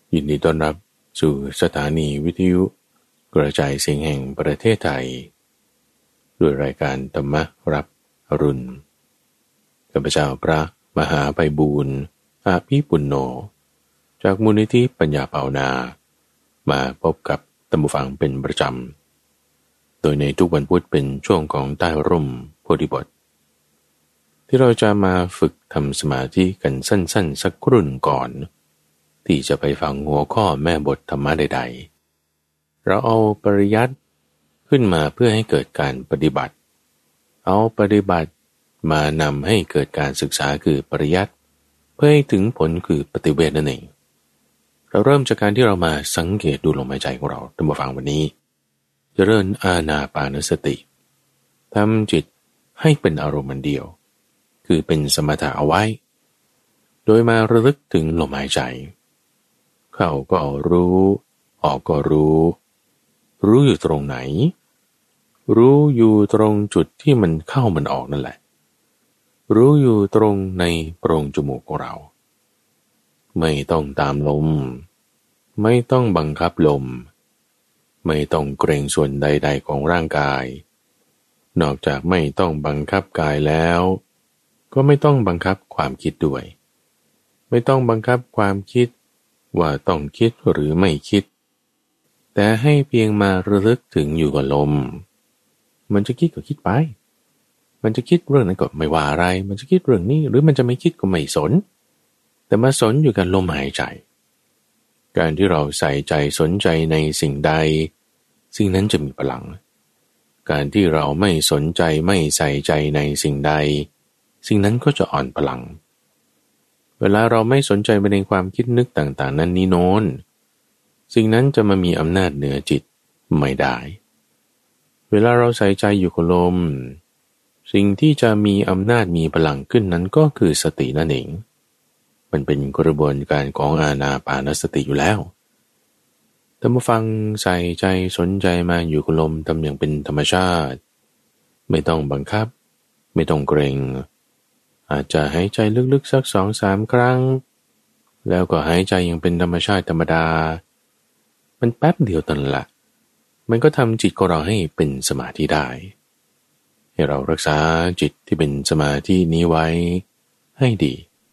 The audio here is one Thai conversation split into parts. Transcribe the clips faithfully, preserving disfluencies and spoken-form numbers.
ยินดีต้อนรับสู่สถานีวิทยุกระจายเสียงแห่งประเทศไทยด้วยรายการธรรมรับอรุณข้าพเจ้าพระมหาไพบูลย์อาภิปุณโญจากมูลนิธิปัญญาภาวนามาพบกับท่านผู้ฟังเป็นประจำโดยในทุกวันพุธเป็นช่วงของใต้ร่มโพธิบทที่เราจะมาฝึกทำสมาธิกันสั้นๆสักครู่ก่อนที่จะไปฟังหัวข้อแม่บทธรรมะใดๆเราเอาปริยัติขึ้นมาเพื่อให้เกิดการปฏิบัติเอาปฏิบัติมานำให้เกิดการศึกษาคือปริยัติเพื่อให้ถึงผลคือปฏิเวทนั่นเองเราเริ่มจากการที่เรามาสังเกตดูลมหายใจของเราท่านผู้ฟังวันนี้เจริญอานาปานสติทำจิตให้เป็นอารมณ์เดียวคือเป็นสมถะเอาไว้โดยมาระลึกถึงลมหายใจเข้าก็รู้ออกก็รู้รู้อยู่ตรงไหนรู้อยู่ตรงจุดที่มันเข้ามันออกนั่นแหละรู้อยู่ตรงในโพรงจมูกของเราไม่ต้องตามลมไม่ต้องบังคับลมไม่ต้องเกรงส่วนใดๆของร่างกายนอกจากไม่ต้องบังคับกายแล้วก็ไม่ต้องบังคับความคิดด้วยไม่ต้องบังคับความคิดว่าต้องคิดหรือไม่คิดแต่ให้เพียงมาระลึกถึงอยู่กับลมมันจะคิดก็คิดไปมันจะคิดเรื่องนั้นก็ไม่ว่าอะไรมันจะคิดเรื่องนี้หรือมันจะไม่คิดก็ไม่สนแต่มาสนอยู่กับลมหายใจการที่เราใส่ใจสนใจในสิ่งใดสิ่งนั้นจะมีพลังการที่เราไม่สนใจไม่ใส่ใจในสิ่งใดสิ่งนั้นก็จะอ่อนพลังเวลาเราไม่สนใจไปในความคิดนึกต่างๆนั้นนี้โน้นสิ่งนั้นจะมามีอำนาจเหนือจิตไม่ได้เวลาเราใส่ใจอยู่กับลมสิ่งที่จะมีอำนาจมีพลังขึ้นนั้นก็คือสตินั่นเองมันเป็นกระบวนการของอานาปานสติอยู่แล้วท่านผู้ฟังใส่ใจสนใจมาอยู่กับลมทำอย่างเป็นธรรมชาติไม่ต้องบังคับไม่ต้องเกรงอาจจะหายใจลึกๆสักสองสามครั้งแล้วก็หายใจอย่างเป็นธรรมชาติธรรมดามันแป๊บเดียวตันละมันก็ทำจิตของเราให้เป็นสมาธิได้ให้เรารักษาจิตที่เป็นสมาธินี้ไว้ให้ดี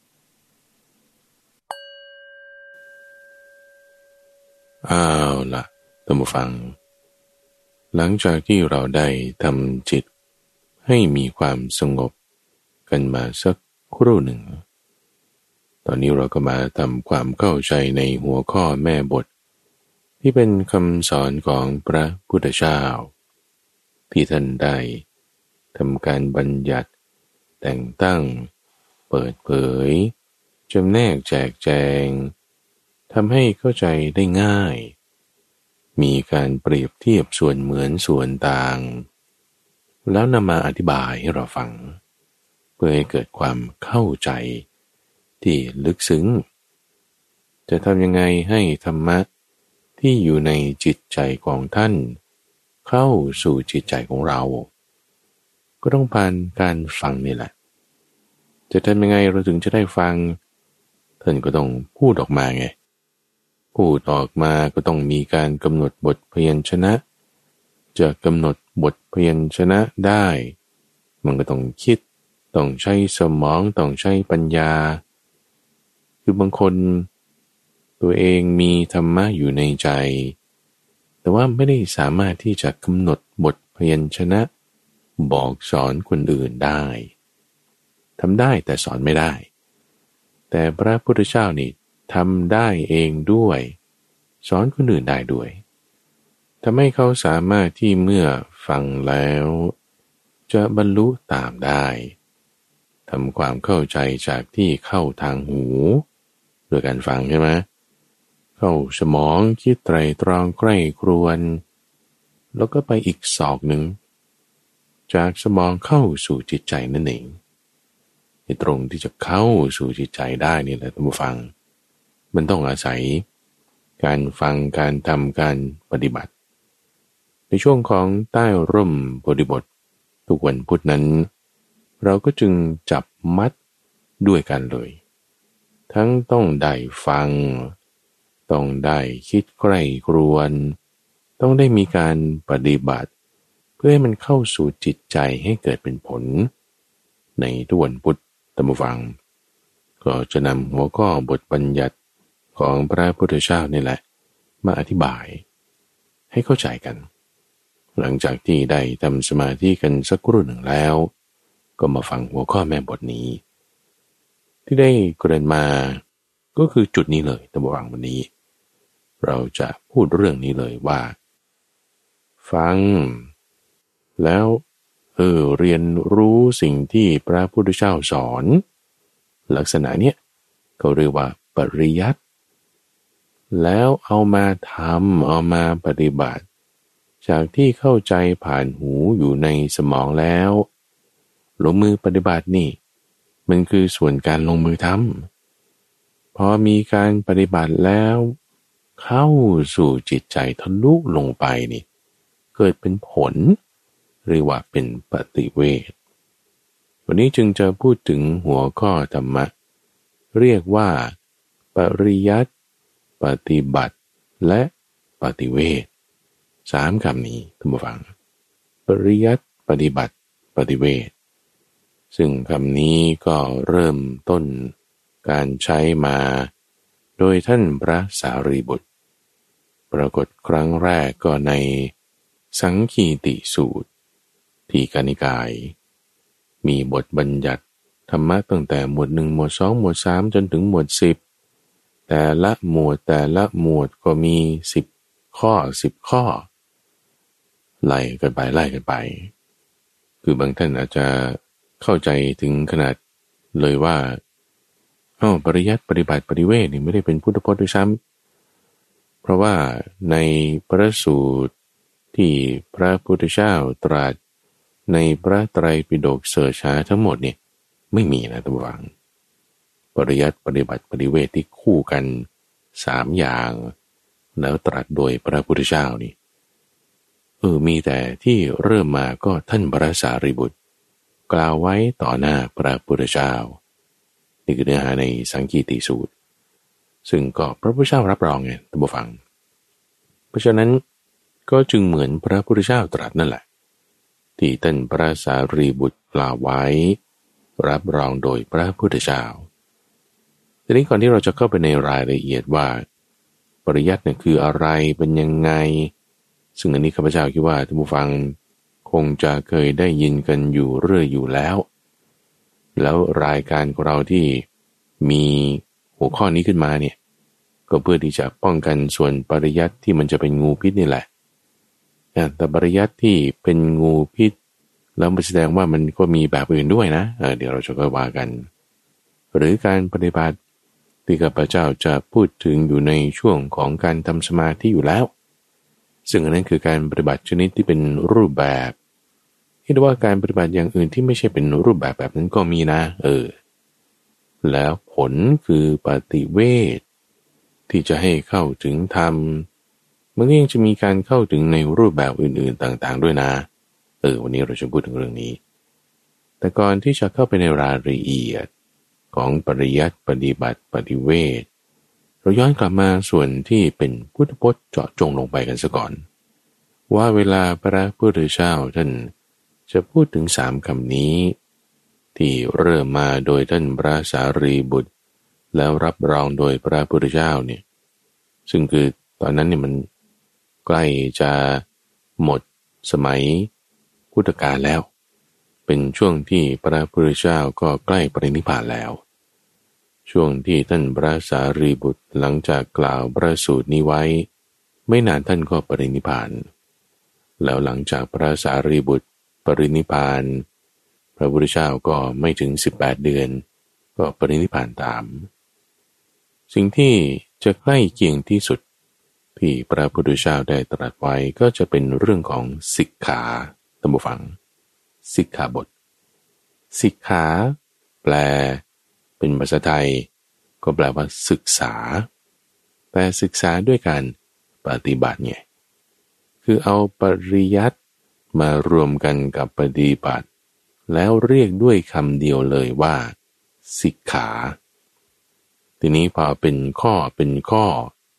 อ้าวล่ะท่านผู้ฟังหลังจากที่เราได้ทำจิตให้มีความสงบกันมาสักครู่หนึ่งตอนนี้เราก็มาทำความเข้าใจในหัวข้อแม่บทที่เป็นคำสอนของพระพุทธเจ้าที่ท่านได้ทำการบัญญัติแต่งตั้งเปิดเผยจำแนกแจกแจงทำให้เข้าใจได้ง่ายมีการเปรียบเทียบส่วนเหมือนส่วนต่างแล้วนำมาอธิบายให้เราฟังเพื่อให้เกิดความเข้าใจที่ลึกซึ้งจะทำยังไงให้ธรรมะที่อยู่ในจิตใจของท่านเข้าสู่จิตใจของเราก็ต้องผ่านการฟังนี่แหละจะทำยังไงเราถึงจะได้ฟังท่านก็ต้องพูดออกมาไงพูดออกมาก็ต้องมีการกำหนดบทพยัญชนะจะกำหนดบทพยัญชนะได้มันก็ต้องคิดต้องใช้สมองต้องใช้ปัญญาคือบางคนตัวเองมีธรรมะอยู่ในใจแต่ว่าไม่ได้สามารถที่จะกำหนดบทพยัญชนะบอกสอนคนอื่นได้ทำได้แต่สอนไม่ได้แต่พระพุทธเจ้านี่ทำได้เองด้วยสอนคนอื่นได้ด้วยทำให้เขาสามารถที่เมื่อฟังแล้วจะบรรลุตามได้ทำความเข้าใจจากที่เข้าทางหูโดยการฟังใช่ไหมเข้าสมองคิดไตรตรองใกล้ครวนแล้วก็ไปอีกศอกหนึ่งจากสมองเข้าสู่จิตใจนั่นเองในตรงที่จะเข้าสู่จิตใจได้นี่แหละท่านผู้ฟังมันต้องอาศัยการฟังการทำการปฏิบัติในช่วงของใต้ร่มโพธิบททุกวันพุธนั้นเราก็จึงจับมัดด้วยกันเลยทั้งต้องได้ฟังต้องได้คิดใคร่ครวญต้องได้มีการปฏิบัติเพื่อให้มันเข้าสู่จิตใจให้เกิดเป็นผลในทุกวันพุธตามฟังก็จะนำหัวข้อบทบัญญัติของพระพุทธเจ้านี่แหละมาอธิบายให้เข้าใจกันหลังจากที่ได้ทำสมาธิกันสักครู่หนึ่งแล้วก็มาฟังหัวข้อแม่บทนี้ที่ได้เกริ่นมาก็คือจุดนี้เลยตามฟังวันนี้เราจะพูดเรื่องนี้เลยว่าฟังแล้วเออเรียนรู้สิ่งที่พระพุทธเจ้าสอนลักษณะเนี้ยเขาเรียกว่าปริยัติแล้วเอามาทำเอามาปฏิบัติจากที่เข้าใจผ่านหูอยู่ในสมองแล้วลงมือปฏิบัตินี่มันคือส่วนการลงมือทำพอมีการปฏิบัติแล้วเข้าสู่จิตใจทะลุลงไปนี่เกิดเป็นผลเรียกว่าเป็นปฏิเวทวันนี้จึงจะพูดถึงหัวข้อธรรมะเรียกว่าปริยัติปฏิบัติและปฏิเวทสามคำนี้ท่านผู้ฟังปริยัติปฏิบัติปฏิเวทซึ่งคำนี้ก็เริ่มต้นการใช้มาโดยท่านพระสารีบุตรปรากฏครั้งแรกก็ในสังคีติสูตรทีฆนิกายมีบทบัญญัติธรรมะตั้งแต่หมวดหนึ่งหมวดสองหมวดสามจนถึงหมวดสิบแต่ละหมวดแต่ละหมวดก็มีสิบข้อสิบข้อไล่กันไปไล่กันไปคือบางท่านอาจจะเข้าใจถึงขนาดเลยว่าอ้าวปริยัติปฏิบัติปฏิเวทนี่ไม่ได้เป็นพุทธพจน์ด้วยซ้ำเพราะว่าในพระสูตรที่พระพุทธเจ้าตรัสในพระไตรปิฎกเสิร์ชหาทั้งหมดเนี่ยไม่มีนะท่านผู้ฟังปริยัติปฏิบัติปฏิเวทที่คู่กันสามอย่างแล้วตรัสโดยพระพุทธเจ้านี่เออมีแต่ที่เริ่มมาก็ท่านพระสารีบุตรกล่าวไว้ต่อหน้าพระพุทธเจ้านี่คือเนื้อหาในสังคีติสูตรซึ่งก็พระพุทธเจ้ารับรองไงท่านผู้ฟังเพราะฉะนั้นก็จึงเหมือนพระพุทธเจ้าตรัสนั่นแหละที่ท่านพระสารีบุตรกล่าวไว้รับรองโดยพระพุทธเจ้าทีนี้ก่อนที่เราจะเข้าไปในรายละเอียดว่าปริยัติเนี่ยคืออะไรเป็นยังไงซึ่งอันนี้ข้าพเจ้าคิดว่าท่านผู้ฟังคงจะเคยได้ยินกันอยู่เรื่อยอยู่แล้วแล้วรายการของเราที่มีหัวข้อนี้ขึ้นมาเนี่ยก็เพื่อที่จะป้องกันส่วนปริยัติที่มันจะเป็นงูพิษนี่แหละแต่ปริยัติที่เป็นงูพิษแล้วมันแสดงว่ามันก็มีแบบอื่นด้วยนะ เออ เดี๋ยวเราจะค่อยว่ากันหรือการปฏิบัติที่ข้าพเจ้าจะพูดถึงอยู่ในช่วงของการทำสมาธิอยู่แล้วซึ่งอันนั้นคือการปฏิบัติชนิดที่เป็นรูปแบบที่เรียกว่าการปฏิบัติอย่างอื่นที่ไม่ใช่เป็นรูปแบบแบบนั้นก็มีนะเออแล้วผลคือปฏิเวทที่จะให้เข้าถึงธรรมมันก็ยังจะมีการเข้าถึงในรูปแบบอื่นๆต่างๆด้วยนะเออวันนี้เราจะพูดถึงเรื่องนี้แต่ก่อนที่จะเข้าไปในรายละเอียดของปริยัติปฏิบัติปฏิเวทเราย้อนกลับมาส่วนที่เป็นพุทธพจน์เจาะจงลงไปกันซะก่อนว่าเวลาพระพุทธเจ้าท่านจะพูดถึงสามคำนี้ที่เริ่มมาโดยท่านพระสารีบุตรแล้วรับรองโดยพระพุทธเจ้าเนี่ยซึ่งคือตอนนั้นเนี่ยมันใกล้จะหมดสมัยพุทธกาลแล้วเป็นช่วงที่พระพุทธเจ้าก็ใกล้ปรินิพพานแล้วช่วงที่ท่านพระสารีบุตรหลังจากกล่าวพระสูตรนี้ไว้ไม่นานท่านก็ปรินิพพานแล้วหลังจากพระสารีบุตรปรินิพพานพระพุทธเจ้าก็ไม่ถึงสิบแปดเดือนก็ปรินิพพานตามสิ่งที่จะใกล้เคียงที่สุดที่พระพุทธเจ้าได้ตรัสไว้ก็จะเป็นเรื่องของสิกขาท่านผู้ฟังสิกขาบทสิกขาแปลเป็นภาษาไทยก็แปลว่าศึกษาแต่ศึกษาด้วยการปฏิบัติไงคือเอาปริยัติมารวมกันกับปฏิบัติแล้วเรียกด้วยคำเดียวเลยว่าสิกขาทีนี้พอเป็นข้อเป็นข้อ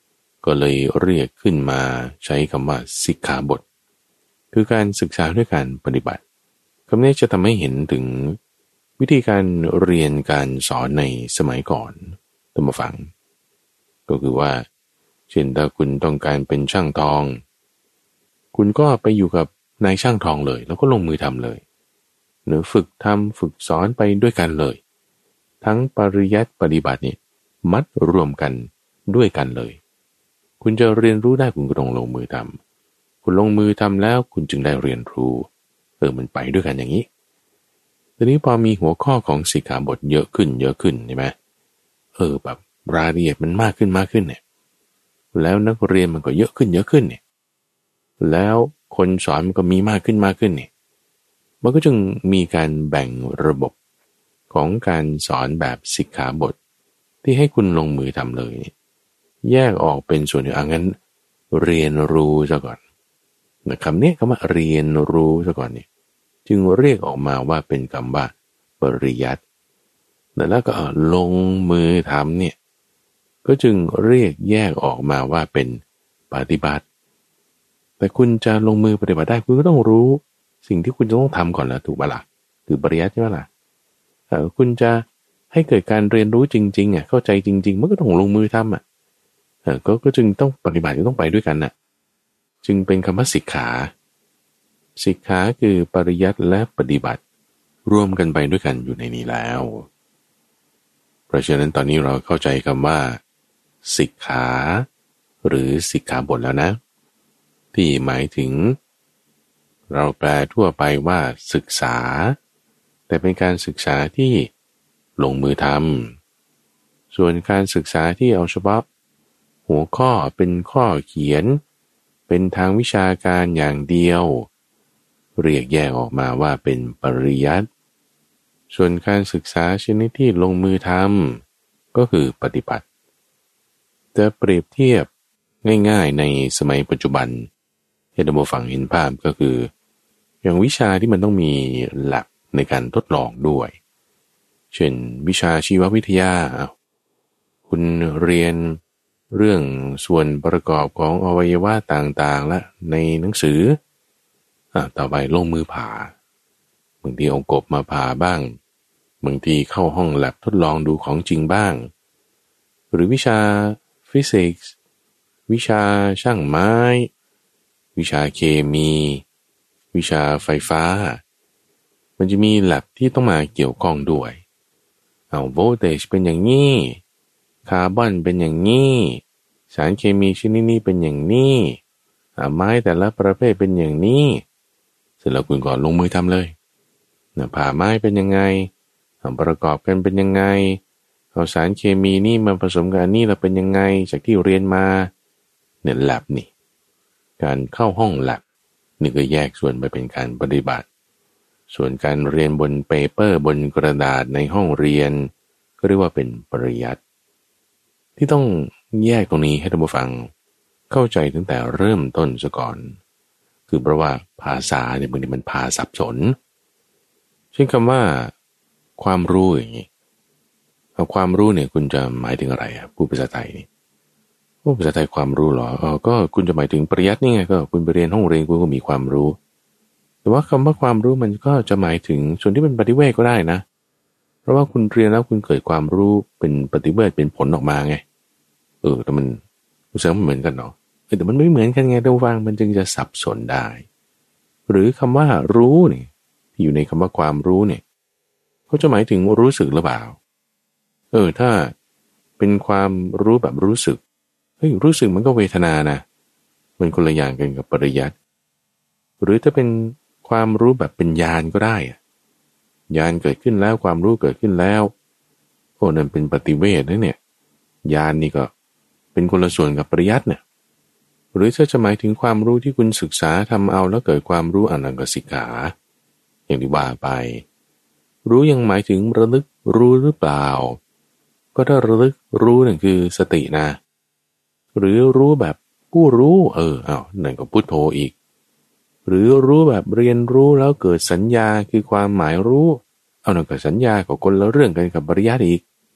ก็เลยเรียกขึ้นมาใช้คำว่าสิกขาบทคือการศึกษาด้วยการปฏิบัติคำนี้จะทำให้เห็นถึงวิธีการเรียนการสอนในสมัยก่อนท่านผู้ฟังก็คือว่าเช่นถ้าคุณต้องการเป็นช่างทองคุณก็ไปอยู่กับนายช่างทองเลยแล้วก็ลงมือทำเลยหรือฝึกทำฝึกสอนไปด้วยกันเลยทั้งปริยัติปฏิบัตินี่มัดรวมกันด้วยกันเลยคุณจะเรียนรู้ได้คุณก็ต้องลงมือทำคุณลงมือทำแล้วคุณจึงได้เรียนรู้เออมันไปด้วยกันอย่างนี้ทีนี้พอมีหัวข้อของสิกขาบทเยอะขึ้นเยอะขึ้นใช่ไหมเออแบบรายละเอียดมันมากขึ้นมากขึ้นเนี่ยแล้วนักเรียนมันก็เยอะขึ้นเยอะขึ้นเนี่ยแล้วคนสอนมันก็มีมากขึ้นมากขึ้นเนี่ยมันก็จึงมีการแบ่งระบบของการสอนแบบสิกขาบทที่ให้คุณลงมือทำเลยแยกออกเป็นส่วนหนึ่งอ่ะงั้นเรียนรู้ซะก่อนนะคำนี้คำว่าเรียนรู้ซะก่อนเนี่ยจึงเรียกออกมาว่าเป็นคำว่าปริยัติแล้วก็ลงมือทำเนี่ยก็จึงเรียกแยกออกมาว่าเป็นปฏิบัติแต่คุณจะลงมือปฏิบัติได้คุณก็ต้องรู้สิ่งที่คุณจะต้องทำก่อนแล้วถูกปะล่ะคือปริยัติใช่ไหมล่ะเออคุณจะให้เกิดการเรียนรู้จริงๆอ่ะเข้าใจจริงๆมันก็ต้องลงมือทำอ่ะเออก็ก็จึงต้องปฏิบัติก็ต้องไปด้วยกันน่ะจึงเป็นคำว่าสิกขาสิกขาคือปริยัติและปฏิบัติรวมกันไปด้วยกันอยู่ในนี้แล้วเพราะฉะนั้นตอนนี้เราเข้าใจคำว่าสิกขาหรือสิกขาบทแล้วนะที่หมายถึงเราแปลทั่วไปว่าศึกษาแต่เป็นการศึกษาที่ลงมือทำส่วนการศึกษาที่เอาเฉพาะหัวข้อเป็นข้อเขียนเป็นทางวิชาการอย่างเดียวเรียกแยกออกมาว่าเป็นปริยัติส่วนการศึกษาชนิดที่ลงมือทำก็คือปฏิบัติจะเปรียบเทียบง่ายๆในสมัยปัจจุบันให้ท่านผู้ฟังเห็นภาพก็คืออย่างวิชาที่มันต้องมีหลักในการทดลองด้วยเช่นวิชาชีววิทยาคุณเรียนเรื่องส่วนประกอบของอวัยวะต่างๆและในหนังสืออ่ะต่อไปลงมือผ่าบางทีเอากบมาผ่าบ้างบางทีเข้าห้องแลบทดลองดูของจริงบ้างหรือวิชาฟิสิกส์วิชาช่างไม้วิชาเคมีวิชาไฟฟ้ามันจะมีแลบที่ต้องมาเกี่ยวข้องด้วยเอาโวลเทจเป็นอย่างนี้คาร์บอนเป็นอย่างนี้สารเคมีชนิดนี้เป็นอย่างนี้ไม้แต่ละประเภทเป็นอย่างนี้เสร็จแล้วคุณก่อนลงมือทำเลยผ่าไม้เป็นยังไงประกอบกันเป็นยังไงเอาสารเคมีนี่มาผสมกับอันนี้เราเป็นยังไงจากที่เรียนมาเนี่ยแลบนี่การเข้าห้องแลบนี่ก็แยกส่วนไปเป็นการปฏิบัติส่วนการเรียนบนเปเปอร์บนกระดาษในห้องเรียนก็เรียกว่าเป็นปริยัติที่ต้องแยกตรงนี้ให้ท่านผู้ฟังเข้าใจตั้งแต่เริ่มต้นซะก่อนคือเพราะว่าภาษาเนี่ยบางทีมันพาสับสนเช่นคำว่าความรู้อย่างนี้เอาความรู้เนี่ยคุณจะหมายถึงอะไรอ่ะผู้ภาษาไทยนี่ผู้ภาษาไทยความรู้เหรอเออก็คุณจะหมายถึงปริยัตินี่ไงก็คุณไปเรียนห้องเรียนคุณก็มีความรู้แต่ว่าคำว่าความรู้มันก็จะหมายถึงส่วนที่เป็นปฏิเวทก็ได้นะเพราะว่าคุณเรียนแล้วคุณเกิดความรู้เป็นปฏิเวทเป็นผลออกมาไงเออแต่มันรู้สึกมันเหมือนกันเนาะแต่มันไม่เหมือนกันไงท่านผู้ฟังมันจึงจะสับสนได้หรือคำว่ารู้นี่ที่อยู่ในคำว่าความรู้เนี่ยเขาจะหมายถึงรู้สึกหรือเปล่าเออถ้าเป็นความรู้แบบรู้สึกเฮ้ยรู้สึกมันก็เวทนานะมันคนละอย่างกันกับปริยัติหรือถ้าเป็นความรู้แบบเป็นญาณก็ได้ญาณเกิดขึ้นแล้วความรู้เกิดขึ้นแล้วโอ้นั่นเป็นปฏิเวทนะเนี่ยญาณนี่ก็เป็นคนละส่วนกับปริยัติเนี่ยหรือถ้าจะหมายถึงความรู้ที่คุณศึกษาทำเอาแล้วเกิดความรู้อนันตสิกขาอย่างที่ว่าไปรู้ยังหมายถึงระลึกรู้หรือเปล่าก็ถ้าระลึกรู้นั่นคือสตินะหรือรู้แบบผู้รู้เอออ้าวนั่นก็พุทโธอีกหรือรู้แบบเรียนรู้แล้วเกิดสัญญาคือความหมายรู้เอานั่นก็สัญญากับคนละเรื่องกันกับปริยัติอีกเพ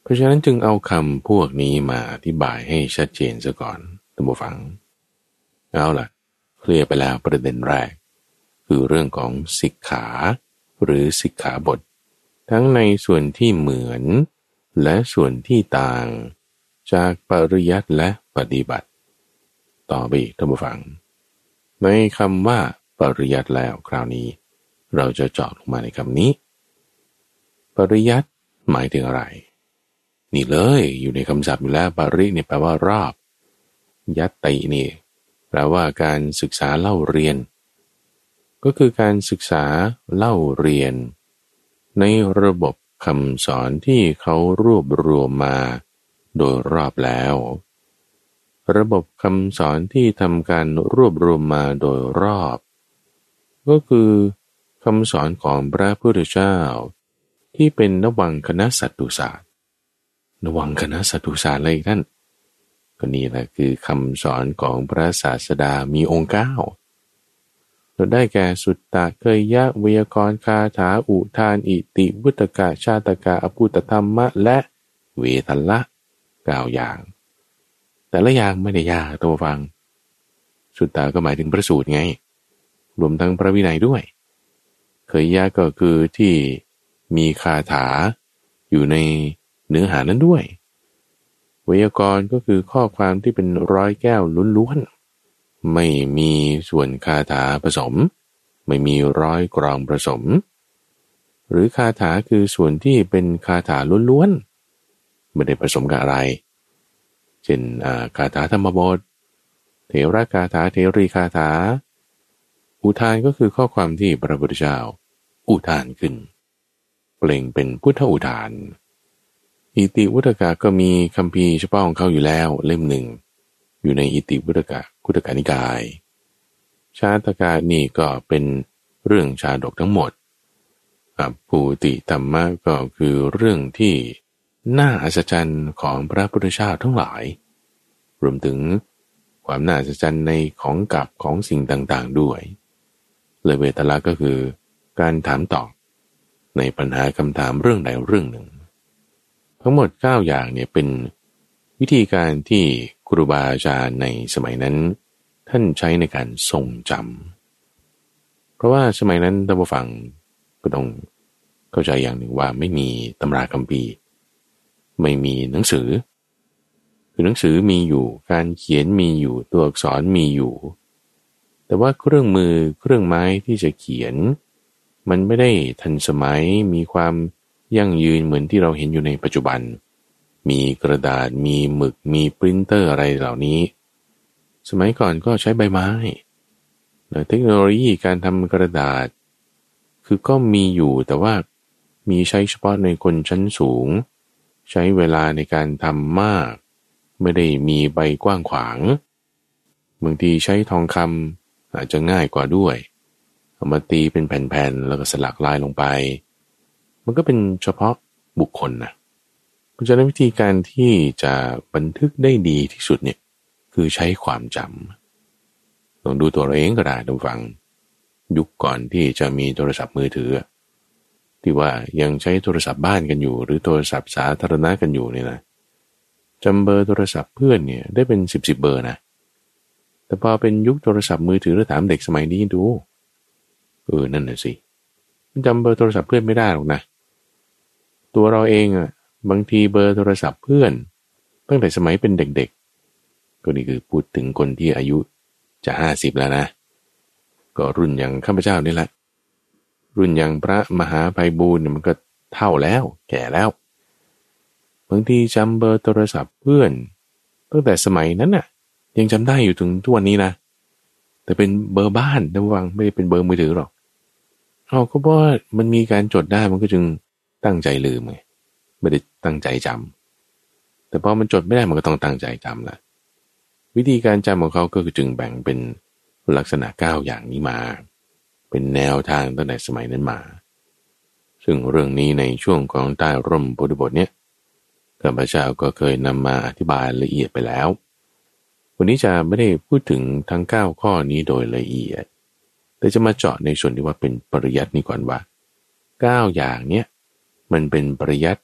ราะฉะนั้นจึงเอาคำพวกนี้มาอธิบายให้ชัดเจนซะก่อนท่านผู้ฟังเอาล่ะเคลียร์ไปแล้วประเด็นแรกคือเรื่องของสิกขาหรือสิกขาบททั้งในส่วนที่เหมือนและส่วนที่ต่างจากปริยัติและปฏิบัติต่อไปอีกท่านผู้ฟังในคำว่าปริยัติแล้วคราวนี้เราจะเจาะลงมาในคำนี้ปริยัติหมายถึงอะไรนี่เลยอยู่ในคำศัพท์อยู่แล้วปริเนี่ยแปลว่ารอบยัตตินี่แปลว่าการศึกษาเล่าเรียนก็คือการศึกษาเล่าเรียนในระบบคำสอนที่เขารวบรวมมาโดยรอบแล้วระบบคำสอนที่ทำการรวบรวมมาโดยรอบก็คือคำสอนของพระพุทธเจ้าที่เป็นนวังคณสัตตุศาสตร์นวังคณสัตตุศาสตร์อะไรท่านก็นี่แหละคือคำสอนของพระศาสดามีองค์เก้าเราได้แก่สุตตะเคยยะไวยากรณ์คาถาอุทานอิติวุตกะชาตกะอภุตธรรมะและเวทัลละเก้าอย่างแต่ละอย่างไม่ได้ยากตัวฟังสุตตะก็หมายถึงพระสูตรไงรวมทั้งพระวินัยด้วยเคยยะก็คือที่มีคาถาอยู่ในเนื้อหานั้นด้วยไวยากรณ์ก็คือข้อความที่เป็นร้อยแก้วล้วนๆไม่มีส่วนคาถาผสมไม่มีร้อยกรองผสมหรือคาถาคือส่วนที่เป็นคาถาล้วนๆไม่ได้ผสมกับอะไรเช่นคาถาธรรมบทเถระคาถาเถรีคาถาอุทานก็คือข้อความที่พระพุทธเจ้าอุทานขึ้นเปล่งเป็นพุทธอุทานอิติวุตกะก็มีคัมภีร์เฉพาะของเขาอยู่แล้วเล่มหนึ่งอยู่ในอิติวุตกะคุตกนิกายชาตกะนี่ก็เป็นเรื่องชาดกทั้งหมดอภูติธรรมะก็คือเรื่องที่น่าอัศจรรย์ของพระพุทธเจ้าทั้งหลายรวมถึงความน่าอัศจรรย์ในของกับของสิ่งต่างๆด้วยเลยเวทละก็คือการถามตอบในปัญหาคำถามเรื่องใดเรื่องหนึ่งทั้งหมดเก้าอย่างเนี่ยเป็นวิธีการที่ครูบาอาจารย์ในสมัยนั้นท่านใช้ในการทรงจำเพราะว่าสมัยนั้นท่านผู้ฟังก็ต้องเข้าใจอย่างหนึ่งว่าไม่มีตำราคัมภีร์ไม่มีหนังสือคือหนังสือมีอยู่การเขียนมีอยู่ตัวอักษรมีอยู่แต่ว่าเครื่องมือเครื่องไม้ที่จะเขียนมันไม่ได้ทันสมัยมีความยั่งยืนเหมือนที่เราเห็นอยู่ในปัจจุบันมีกระดาษมีหมึกมีปรินเตอร์อะไรเหล่านี้สมัยก่อนก็ใช้ใบไม้เทคโนโลยีการทำกระดาษคือก็มีอยู่แต่ว่ามีใช้เฉพาะในคนชั้นสูงใช้เวลาในการทำมากไม่ได้มีใบกว้างขวางบางทีใช้ทองคำอาจจะง่ายกว่าด้วยเอามาตีเป็นแผ่นๆแล้วก็สลักลายลงไปมันก็เป็นเฉพาะบุคคลนะเพราะฉะนั้นวิธีการที่จะบันทึกได้ดีที่สุดเนี่ยคือใช้ความจำลองดูตัวเราเองก็ได้ท่านฟังยุคก่อนที่จะมีโทรศัพท์มือถือที่ว่ายังใช้โทรศัพท์บ้านกันอยู่หรือโทรศัพท์สาธารณะกันอยู่เนี่ยนะจำเบอร์โทรศัพท์เพื่อนเนี่ยได้เป็นสิบสิบเบอร์นะแต่พอเป็นยุคโทรศัพท์มือถือแล้วถามเด็กสมัยนี้ดูเออนั่นน่ะสิจำเบอร์โทรศัพท์เพื่อนไม่ได้หรอกนะตัวเราเองอ่ะบางทีเบอร์โทรศัพท์เพื่อนตั้งแต่สมัยเป็นเด็กๆก็นี่คือพูดถึงคนที่อายุจะห้าสิบแล้วนะก็รุ่นอย่างข้าพเจ้านี่แหละรุ่นอย่างพระมหาไพบูลย์มันก็เท่าแล้วแก่แล้วบางทีจำเบอร์โทรศัพท์เพื่อนตั้งแต่สมัยนั้นน่ะยังจำได้อยู่ถึงทุกวันนี้นะแต่เป็นเบอร์บ้านนะวังไม่ได้เป็นเบอร์มือถือหรอกเอาก็เพราะว่ามันมีการจดได้มันก็จึงตั้งใจลืมไงไม่ได้ตั้งใจจำแต่พอมันจดไม่ได้มันก็ต้องตั้งใจจำละวิธีการจำของเขาก็คือจึงแบ่งเป็นลักษณะเก้าอย่างนี้มาเป็นแนวทางตั้งแต่สมัยนั้นมาซึ่งเรื่องนี้ในช่วงของใต้ร่มโพธิบทเนี่ยข้าพเจ้าก็เคยนำมาอธิบายละเอียดไปแล้ววันนี้จะไม่ได้พูดถึงทั้งเก้าข้อนี้โดยละเอียดแต่จะมาเจาะในส่วนที่ว่าเป็นปริยัตินี้ก่อนว่าเก้าอย่างเนี้ยมันเป็นปริยัติ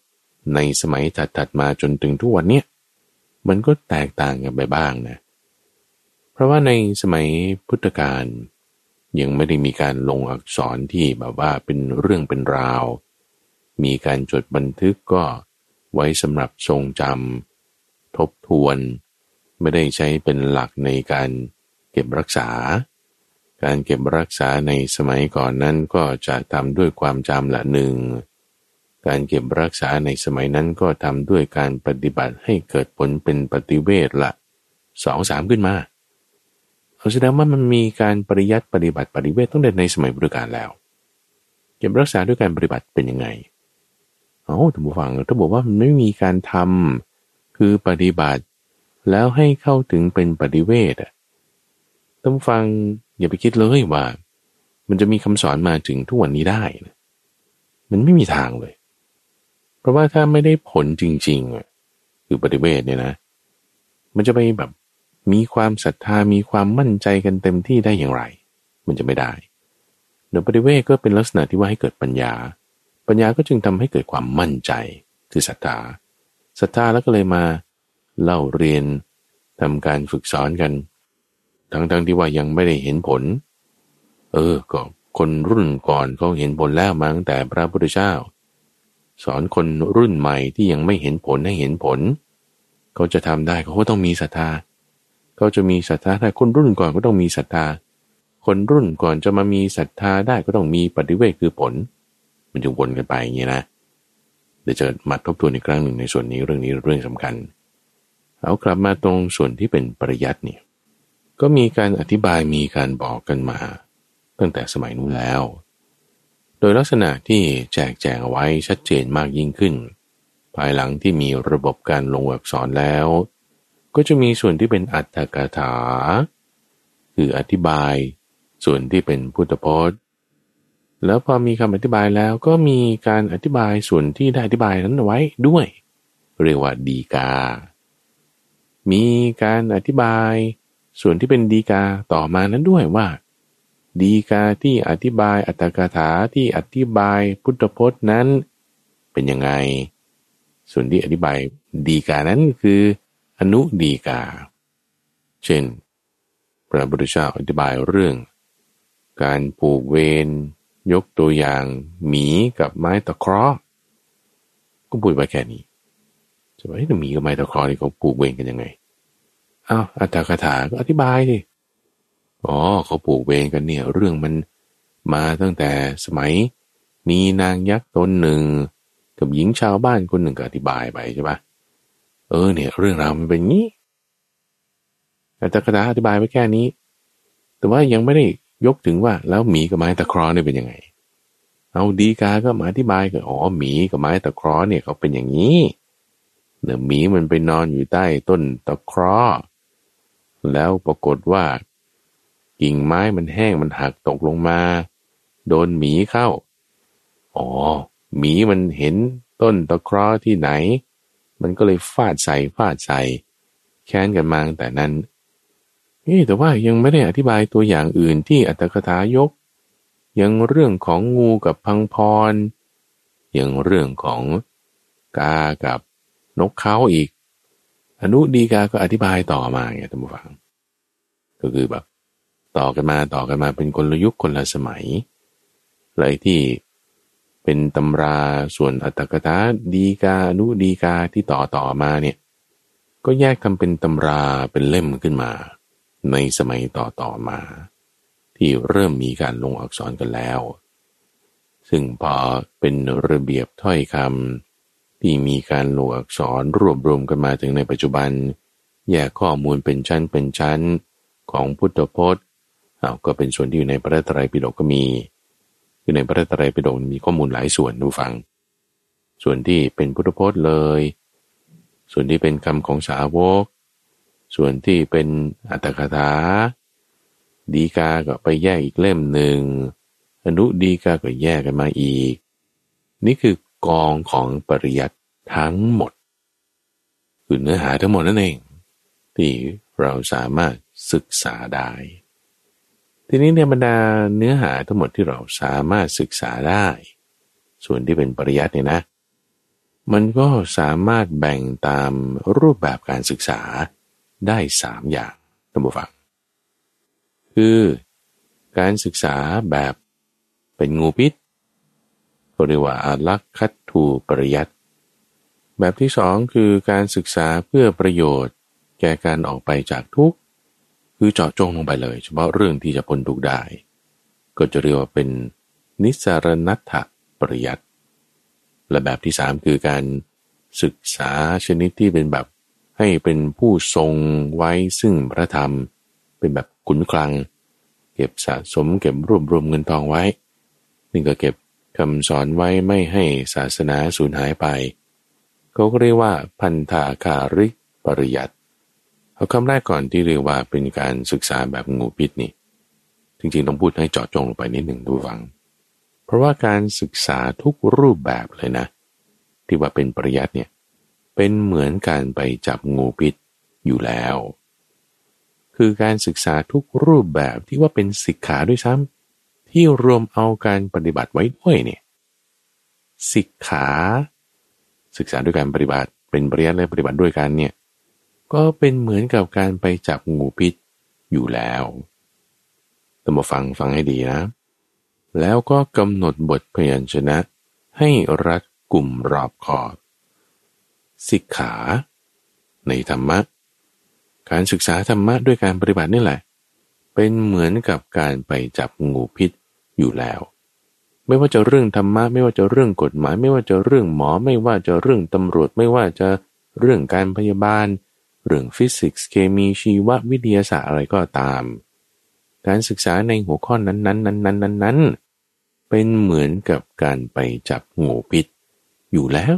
ในสมัยถัดๆมาจนถึงทุกวันเนี้ยมันก็แตกต่างกันไปบ้างนะเพราะว่าในสมัยพุทธกาลยังไม่ได้มีการลงอักษรที่แบบว่าเป็นเรื่องเป็นราวมีการจดบันทึกก็ไว้สำหรับทรงจำทบทวนไม่ได้ใช้เป็นหลักในการเก็บรักษาการเก็บรักษาในสมัยก่อนนั้นก็จะทำด้วยความจำละหนึ่งการเก็บรักษาในสมัยนั้นก็ทำด้วยการปฏิบัติให้เกิดผลเป็นปฏิเวทละสองสามขึ้นมาเขาแสดงว่ามันมีการปริยัติปฏิบัติปฏิเวทตั้งแต่ในสมัยพุทธกาลแล้วเก็บรักษาด้วยการปฏิบัติเป็นยังไงเอ้าท่านผู้ฟังถ้าบอกว่ามันไม่มีการทำคือปฏิบัติแล้วให้เข้าถึงเป็นปฏิเวทอ่ะท่านผู้ฟังอย่าไปคิดเลยว่ามันจะมีคำสอนมาถึงทุกวันนี้ได้นะมันไม่มีทางเลยเพราะว่าถ้าไม่ได้ผลจริงๆอ่ะคือปฏิเวทเนี่ยนะมันจะไปแบบมีความศรัทธามีความมั่นใจกันเต็มที่ได้อย่างไรมันจะไม่ได้เดี๋ยวปฏิเวทก็เป็นลักษณะที่ว่าให้เกิดปัญญาปัญญาก็จึงทำให้เกิดความมั่นใจคือศรัทธาศรัทธาแล้วก็เลยมาเล่าเรียนทำการฝึกสอนกันทั้งๆที่ว่ายังไม่ได้เห็นผลเออก็คนรุ่นก่อนเขาเห็นผลแล้วมาตั้งแต่พระพุทธเจ้าสอนคนรุ่นใหม่ที่ยังไม่เห็นผลให้เห็นผลเขาจะทำได้เขาก็ต้องมีศรัทธาเขาจะมีศรัทธาได้คนรุ่นก่อนก็ต้องมีศรัทธาคนรุ่นก่อนจะมามีศรัทธาได้ก็ต้องมีปฏิเวทคือผลมันจะวนกันไปอย่างนี้นะเดี๋ยวจะมาทบทวนอีกครั้งหนึ่งในส่วนนี้เรื่องนี้เรื่องสำคัญเอากลับมาตรงส่วนที่เป็นปริยัติเนี่ยก็มีการอธิบายมีการบอกกันมาตั้งแต่สมัยนู้นแล้วโดยลักษณะที่แจกแจงเอาไว้ชัดเจนมากยิ่งขึ้นภายหลังที่มีระบบการลงอักษรแล้วก็จะมีส่วนที่เป็นอรรถกถาคืออธิบายส่วนที่เป็นพุทธพจน์แล้วพอมีคำอธิบายแล้วก็มีการอธิบายส่วนที่ได้อธิบายนั้นไว้ด้วยเรียกว่าดีกามีการอธิบายส่วนที่เป็นดีกาต่อมานั้นด้วยว่าดีกาที่อธิบายอรรถกถาที่อธิบายพุทธพจน์นั้นเป็นยังไงส่วนที่อธิบายดีกานั้นคืออนุดีกาเช่นพระพุทธเจ้าอธิบายเรื่องการผูกเวรยกตัวอย่างหมีกับไม้ตะเคราะห์ก็พูดไว้แค่นี้จะว่าหมีกับไม้ตะเคราะห์นี่เขาผูกเวรกันยังไงอ้าวอรรถกถาก็อธิบายดิอ๋อเขาผูกเวรกันเนี่ยเรื่องมันมาตั้งแต่สมัยมีนางยักษ์ตนหนึ่งกับหญิงชาวบ้านคนหนึ่งก็อธิบายไปใช่ปะเออเนี่ยเรื่องราวมันเป็นงี้อรรถกถาอธิบายไว้แค่นี้แต่ว่ายังไม่ได้ยกถึงว่าแล้วหมีกับไม้ตะเคราะห์เนี่ยเป็นยังไงเอาดีกาก็มาอธิบายกันอ๋อหมีกับไม้ตะเคราะห์เนี่ยเขาเป็นอย่างนี้เดี๋ยวหมีมันไปนอนอยู่ใต้ต้นตะเคราะห์แล้วปรากฏว่ากิ่งไม้มันแห้งมันหักตกลงมาโดนหมีเข้าอ๋อหมีมันเห็นต้นตะเคราะห์ที่ไหนมันก็เลยฟาดใส่ฟาดใส่แค้นกันมาตั้งแต่นั้นนี่แต่ว่ายังไม่ได้อธิบายตัวอย่างอื่นที่อรรถกถายกยังเรื่องของงูกับพังพรยังเรื่องของกากับนกเขาอีกอนุดีกาก็อธิบายต่อมาไงท่านผู้ฟังก็คือแบบต่อกันมาต่อกันมาเป็นคนละยุคคนละสมัยอะไรที่เป็นตำราส่วนอรรถกถาดีกาอนุดีกาที่ต่อต่อมาเนี่ยก็แยกทำเป็นตำราเป็นเล่มขึ้นมาในสมัยต่อต่อมาที่เริ่มมีการลงอักษรกันแล้วซึ่งพอเป็นระเบียบถ้อยคำที่มีการลงอักษรรวบรวมกันมาถึงในปัจจุบันแยกข้อมูลเป็นชั้นเป็นชั้นของพุทธพจน์อ้าวก็เป็นส่วนที่อยู่ในพระไตรปิฎกก็มีคือในพระไตรปิฎกมีข้อมูลหลายส่วนดูฟังส่วนที่เป็นพุทธพจน์เลยส่วนที่เป็นคำของสาวกส่วนที่เป็นอรรถกถาดีกาก็ไปแยกอีกเล่มหนึ่งอนุดีกาก็แยกกันมาอีกนี่คือกองของปริยัติทั้งหมดคือเนื้อหาทั้งหมดนั่นเองที่เราสามารถศึกษาได้ทีนี้ในบรรดาเนื้อหาทั้งหมดที่เราสามารถศึกษาได้ส่วนที่เป็นปริยัติเนี่ยนะมันก็สามารถแบ่งตามรูปแบบการศึกษาได้สามอย่างท่านผู้ฟังคือการศึกษาแบบเป็นงูพิษเรียกว่าอาลักขัตถูปริยัติแบบที่สองคือการศึกษาเพื่อประโยชน์แก่การออกไปจากทุกข์คือเจาะจงลงไปเลยเฉพาะเรื่องที่จะพ้นทุกข์ได้ก็จะเรียกว่าเป็นนิสรณัตถปริยัติและแบบที่สามคือการศึกษาชนิดที่เป็นแบบให้เป็นผู้ทรงไว้ซึ่งพระธรรมเป็นแบบขุนคลังเก็บสะสมเก็บรวบรวมเงินทองไว้นี่ก็เก็บคำสอนไว้ไม่ให้ศาสนาสูญหายไปเขาก็เรียกว่าพันธาคาริกปริยัติเอาคำแรกก่อนที่เรียกว่าเป็นการศึกษาแบบงูพิษนี่จริงๆต้องพูดให้เจาะจงลงไปนิดหนึ่งดูฟังเพราะว่าการศึกษาทุกรูปแบบเลยนะที่ว่าเป็นปริยัติเนี่ยเป็นเหมือนการไปจับงูพิษอยู่แล้วคือการศึกษาทุกรูปแบบที่ว่าเป็นสิกขาด้วยซ้ำที่รวมเอาการปฏิบัติไว้ด้วยเนี่ยสิกขาศึกษาด้วยการปฏิบัติเป็นปริยัติและปฏิบัติด้วยกันเนี่ยก็เป็นเหมือนกับการไปจับงูพิษอยู่แล้วต้องมาฟังฟังให้ดีนะแล้วก็กำหนดบทพยัญชนะให้รัดกุมรอบคอบสิกขาในธรรมะการศึกษาธรรมะด้วยการปฏิบัตินี่แหละเป็นเหมือนกับการไปจับงูพิษอยู่แล้วไม่ว่าจะเรื่องธรรมะไม่ว่าจะเรื่องกฎหมายไม่ว่าจะเรื่องหมอไม่ว่าจะเรื่องตำรวจไม่ว่าจะเรื่องการพยาบาลเรื่องฟิสิกส์เคมีชีววิทยาศาสตร์อะไรก็ตามการศึกษาในหัวข้อนั้นๆนั้นๆๆเป็นเหมือนกับการไปจับงูพิษอยู่แล้ว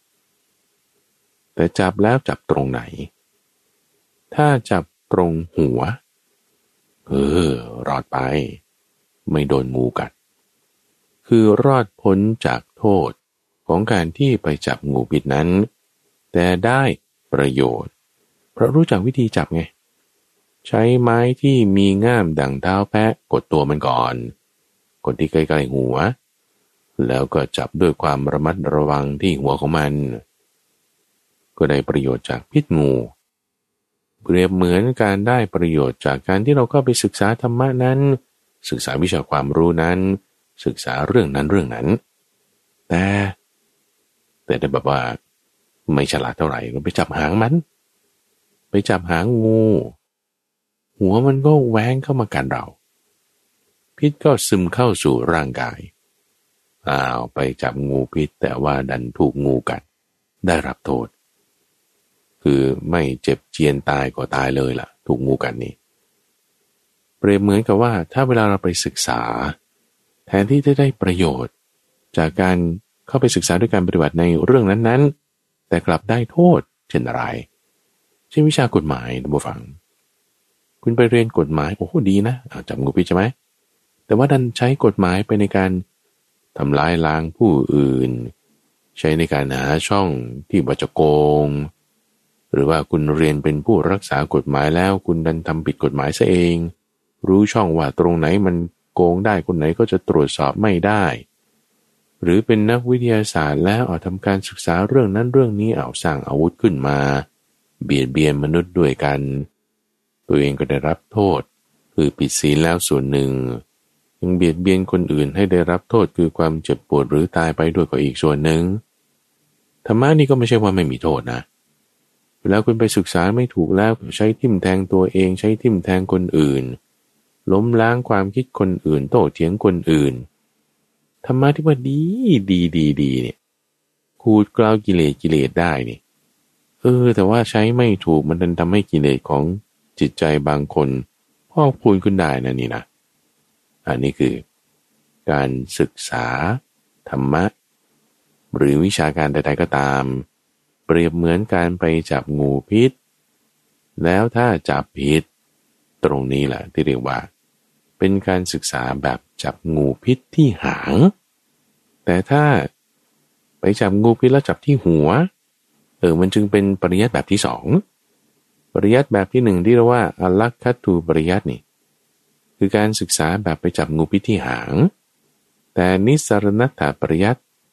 แต่จับแล้วจับตรงไหนถ้าจับตรงหัวเออรอดไปไม่โดนงูกัดคือรอดพ้นจากโทษของการที่ไปจับงูพิษนั้นแต่ได้ประโยชน์เพราะรู้จักวิธีจับไงใช้ไม้ที่มีง่ามดั่งเท้าแพะกดตัวมันก่อนกดที่ใกล้ๆหัวแล้วก็จับด้วยความระมัดระวังที่หัวของมันก็ได้ประโยชน์จากพิษงูเปรียบเหมือนการได้ประโยชน์จากการที่เราก็ไปศึกษาธรรมะนั้นศึกษาวิชาความรู้นั้นศึกษาเรื่องนั้นเรื่องนั้นแต่แต่ได้แบบว่าไม่ฉลาดเท่าไหร่ก็ไปจับหางมันไปจับหางงูหัวมันก็แหวงเข้ามากัดเราพิษก็ซึมเข้าสู่ร่างกายอ้าวไปจับงูพิษแต่ว่าดันถูกงูกัดได้รับโทษคือไม่เจ็บเจียนตายก็ตายเลยล่ะถูกงูกัดนี่เปรียบเหมือนกับว่าถ้าเวลาเราไปศึกษาแทนที่จะได้ประโยชน์จากการเข้าไปศึกษาด้วยการปฏิบัติในเรื่องนั้นๆแต่กลับได้โทษเช่นอะไรเช่นวิชากฎหมายท่านผู้ฟังคุณไปเรียนกฎหมายโอ้โหดีนะจับงูพิษใช่ไหมแต่ว่าดันใช้กฎหมายไปในการทำลายล้างผู้อื่นใช้ในการหาช่องที่ว่าจะโกงหรือว่าคุณเรียนเป็นผู้รักษากฎหมายแล้วคุณดันทำผิดกฎหมายซะเองรู้ช่องว่าตรงไหนมันโกงได้คนไหนก็จะตรวจสอบไม่ได้หรือเป็นนักวิทยาศาสตร์แล้วเอาทำการศึกษาเรื่องนั้นเรื่องนี้เอาสร้างอาวุธขึ้นมาเบียดเบียนมนุษย์ด้วยกันตัวเองก็ได้รับโทษคือผิดศีลแล้วส่วนหนึ่งยังเบียดเบียนคนอื่นให้ได้รับโทษคือความเจ็บปวดหรือตายไปด้วยก็อีกส่วนหนึ่งธรรมะนี่ก็ไม่ใช่ว่าไม่มีโทษนะเวลาคุณไปศึกษาไม่ถูกแล้วใช้ทิ่มแทงตัวเองใช้ทิ่มแทงคนอื่นล้มล้างความคิดคนอื่นโต้เถียงคนอื่นธรรมะที่ว่าดีดีดีดีเนี่ยขูดกลาวกิเลสกิเลสได้นี่เออแต่ว่าใช้ไม่ถูกมันดันทำให้กิเลสของจิตใจบางคนพอกพูนขึ้นได้นะนี่นะอันนี้คือการศึกษาธรรมะหรือวิชาการใดๆก็ตามเปรียบเหมือนการไปจับงูพิษแล้วถ้าจับพิษตรงนี้แหละที่เรียกว่าเป็นการศึกษาแบบจับงูพิษที่หางแต่ถ้าไปจับงูพิษแล้วจับที่หัวเออมันจึงเป็นปริยัติแบบที่สองปริยัติแบบที่หนึ่งที่เรียกว่าอลักขัตถูปริยัตินี่คือการศึกษาแบบไปจับงูพิษที่หางแต่นิสรณัตถปริยัติค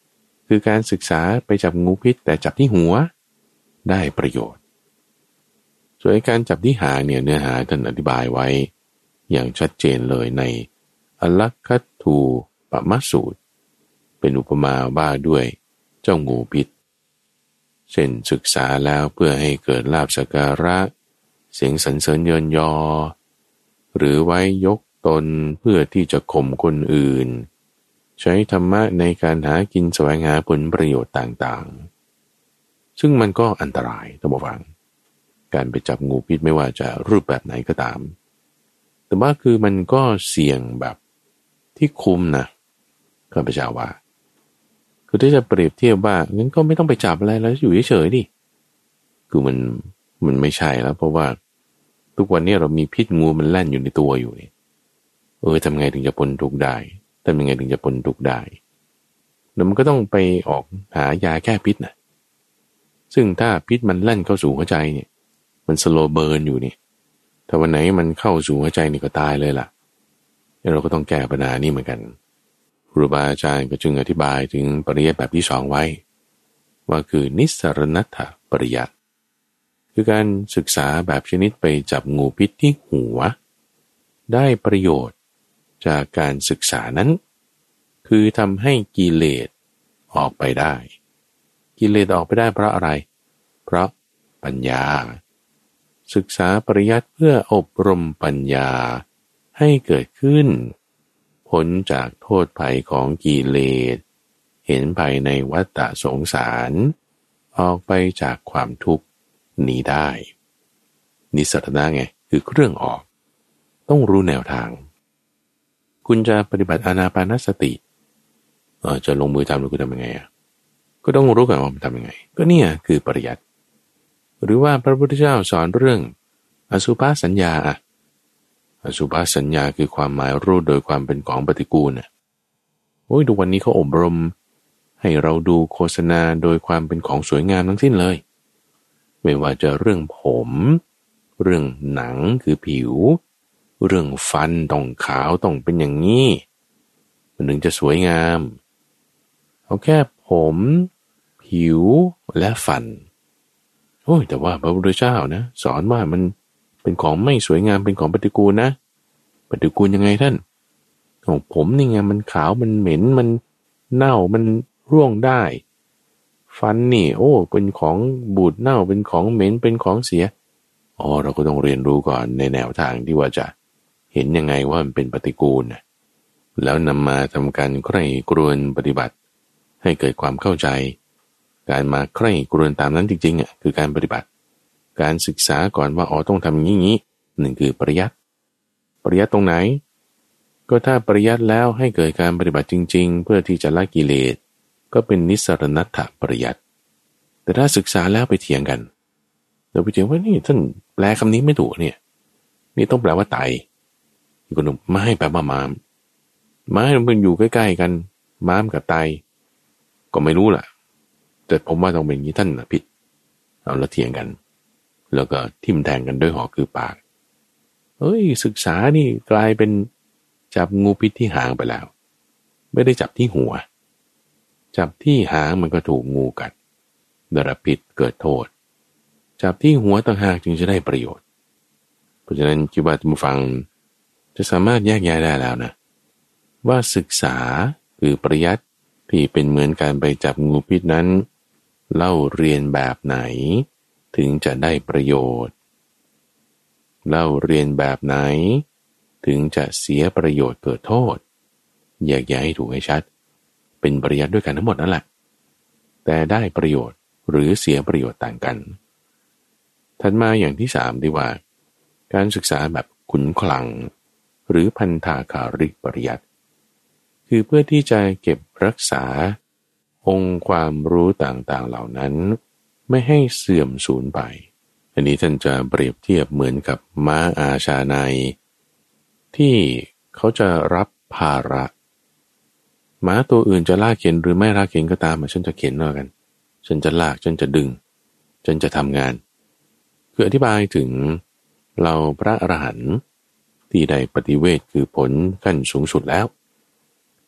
คือการศึกษาไปจับงูพิษแต่จับที่หัวได้ประโยชน์ส่วนการจับที่หางเนี่ยเนื้อหาท่านอธิบายไว้อย่างชัดเจนเลยในอลักขัตถูปมสูตรเป็นอุปมาว่าด้วยเจ้างูพิษเช่นศึกษาแล้วเพื่อให้เกิดลาภสักการะเสียงสรรเสริญเยินยอหรือไว้ยกตนเพื่อที่จะข่มคนอื่นใช้ธรรมะในการหากินแสวงหาผลประโยชน์ต่างๆซึ่งมันก็อันตรายท่านผู้ฟังการไปจับงูพิษไม่ว่าจะรูปแบบไหนก็ตามแต่ว่าคือมันก็เสี่ยงแบบที่คุ้มนะข้าพเจ้าว่าคือถ้าจะเปรียบเทียบว่างั้นก็ไม่ต้องไปจับอะไรแล้วอยู่เฉยๆดิคือมันมันไม่ใช่แล้วเพราะว่าทุกวันนี้เรามีพิษงูมันแล่นอยู่ในตัวอยู่นี่เออทำไงถึงจะพ้นทุกข์ได้ทำยังไงถึงจะพ้นทุกข์ได้แล้วมันก็ต้องไปออกหายาแก้พิษนะซึ่งถ้าพิษมันแล่นเข้าสู่หัวใจเนี่ยมันสโลว์เบิร์นอยู่นี่ถ้าวันไหนมันเข้าสู่หัวใจนี่ก็ตายเลยล่ะเราก็ต้องแก้ปัญหานี้เหมือนกันครูบาอาจารย์ก็จึงอธิบายถึงปริยัติแบบที่สองไว้ว่าคือนิสรณัตถปริยัติคือการศึกษาแบบชนิดไปจับงูพิษที่หัวได้ประโยชน์จากการศึกษานั้นคือทำให้กิเลสออกไปได้กิเลสออกไปได้เพราะอะไรเพราะปัญญาศึกษาปริยัติเพื่ออบรมปัญญาให้เกิดขึ้นพ้นจากโทษภัยของกิเลสเห็นภัยในวัฏสงสารออกไปจากความทุกข์นี้ได้นิสรณะไงคือเครื่องออกต้องรู้แนวทางคุณจะปฏิบัติอานาปานสติเออจะลงมือทำหรือคุณทำยังไงอ่ะก็ต้องรู้ก่อนว่ามันทำยังไงก็เนี่ยคือปริยัติหรือว่าพระพุทธเจ้าสอนเรื่องอสุภสัญญาอ่ะอสุภสัญญาคือความหมายรู้โดยความเป็นของปฏิกูลน่ะโอ้ยทุกวันนี้เขาอบรมให้เราดูโฆษณาโดยความเป็นของสวยงามทั้งสิ้นเลยไม่ว่าจะเรื่องผมเรื่องหนังคือผิวเรื่องฟันต้องขาวต้องเป็นอย่างนี้มันถึงจะสวยงามเอาแค่ผมผิวและฟันโอ้ยแต่ว่าพระพุทธเจ้านะสอนว่ามันเป็นของไม่สวยงามเป็นของปฏิกูลนะปฏิกูลยังไงท่านของผมนี่ไงมันขาวมันเหม็นมันเน่ามันร่วงได้ฟันนี่โอ้เป็นของบูดเน่าเป็นของเหม็นเป็นของเสียอ๋อเราก็ต้องเรียนรู้ก่อนในแนวทางที่ว่าจะเห็นยังไงว่ามันเป็นปฏิกูลนะแล้วนำมาทำการใคร่ครวญปฏิบัติให้เกิดความเข้าใจการมาใคร่ครวญตามนั้นจริงๆอ่ะคือการปฏิบัติการศึกษาก่อนว่าอ๋อต้องทำอย่างนี้หนึ่งคือปริยัติปริยัติตรงไหนก็ถ้าปริยัติแล้วให้เกิดการปฏิบัติจริงๆเพื่อที่จะละกิเลสก็เป็นนิสรณัตถปริยัติแต่ถ้าศึกษาแล้วไปเถียงกันเราไปเถียงว่านี่ท่านแปลคำนี้ไม่ถูกเนี่ยนี่ต้องแปลว่าไตอีกคนหนึ่งไม่แปลว่าม้ามม้ามมันอยู่ใกล้ๆกันม้ามกับไตก็ไม่รู้ล่ะแต่ผมว่าต้องเป็นอย่างนี้ท่านผิดเอาละเถียงกันแล้วก็ทิ่มแทงกันด้วยหอกคือปากเอ้ยศึกษานี่กลายเป็นจับงูพิษที่หางไปแล้วไม่ได้จับที่หัวจับที่หางมันก็ถูกงูกัดได้รับพิษเกิดโทษจับที่หัวต่างหากจึงจะได้ประโยชน์เพราะฉะนั้นคิดว่าท่านผู้ฟังจะสามารถแยกแยะได้แล้วนะว่าศึกษาคือปริยัติที่เป็นเหมือนการไปจับงูพิษนั้นเล่าเรียนแบบไหนถึงจะได้ประโยชน์เล่าเรียนแบบไหนถึงจะเสียประโยชน์เกิดโทษแยกแยะให้ถูกให้ชัดเป็นปริยัติด้วยกันทั้งหมดนั่นแหละแต่ได้ประโยชน์หรือเสียประโยชน์ต่างกันถัดมาอย่างที่สามที่ว่าการศึกษาแบบขุนคลังหรือพันธาคาริกปริยัติคือเพื่อที่จะเก็บรักษาองค์ความรู้ต่างๆเหล่านั้นไม่ให้เสื่อมสูญไปอันนี้ท่านจะเปรียบเทียบเหมือนกับม้าอาชาไนที่เขาจะรับภาระม้าตัวอื่นจะลากเข็นหรือไม่ลากเข็นก็ตามฉันจะเข็นแล้วกันฉันจะลากฉันจะดึงฉันจะทำงานคืออธิบายถึงเราพระอรหันต์ที่ได้ปฏิเวทคือผลขั้นสูงสุดแล้ว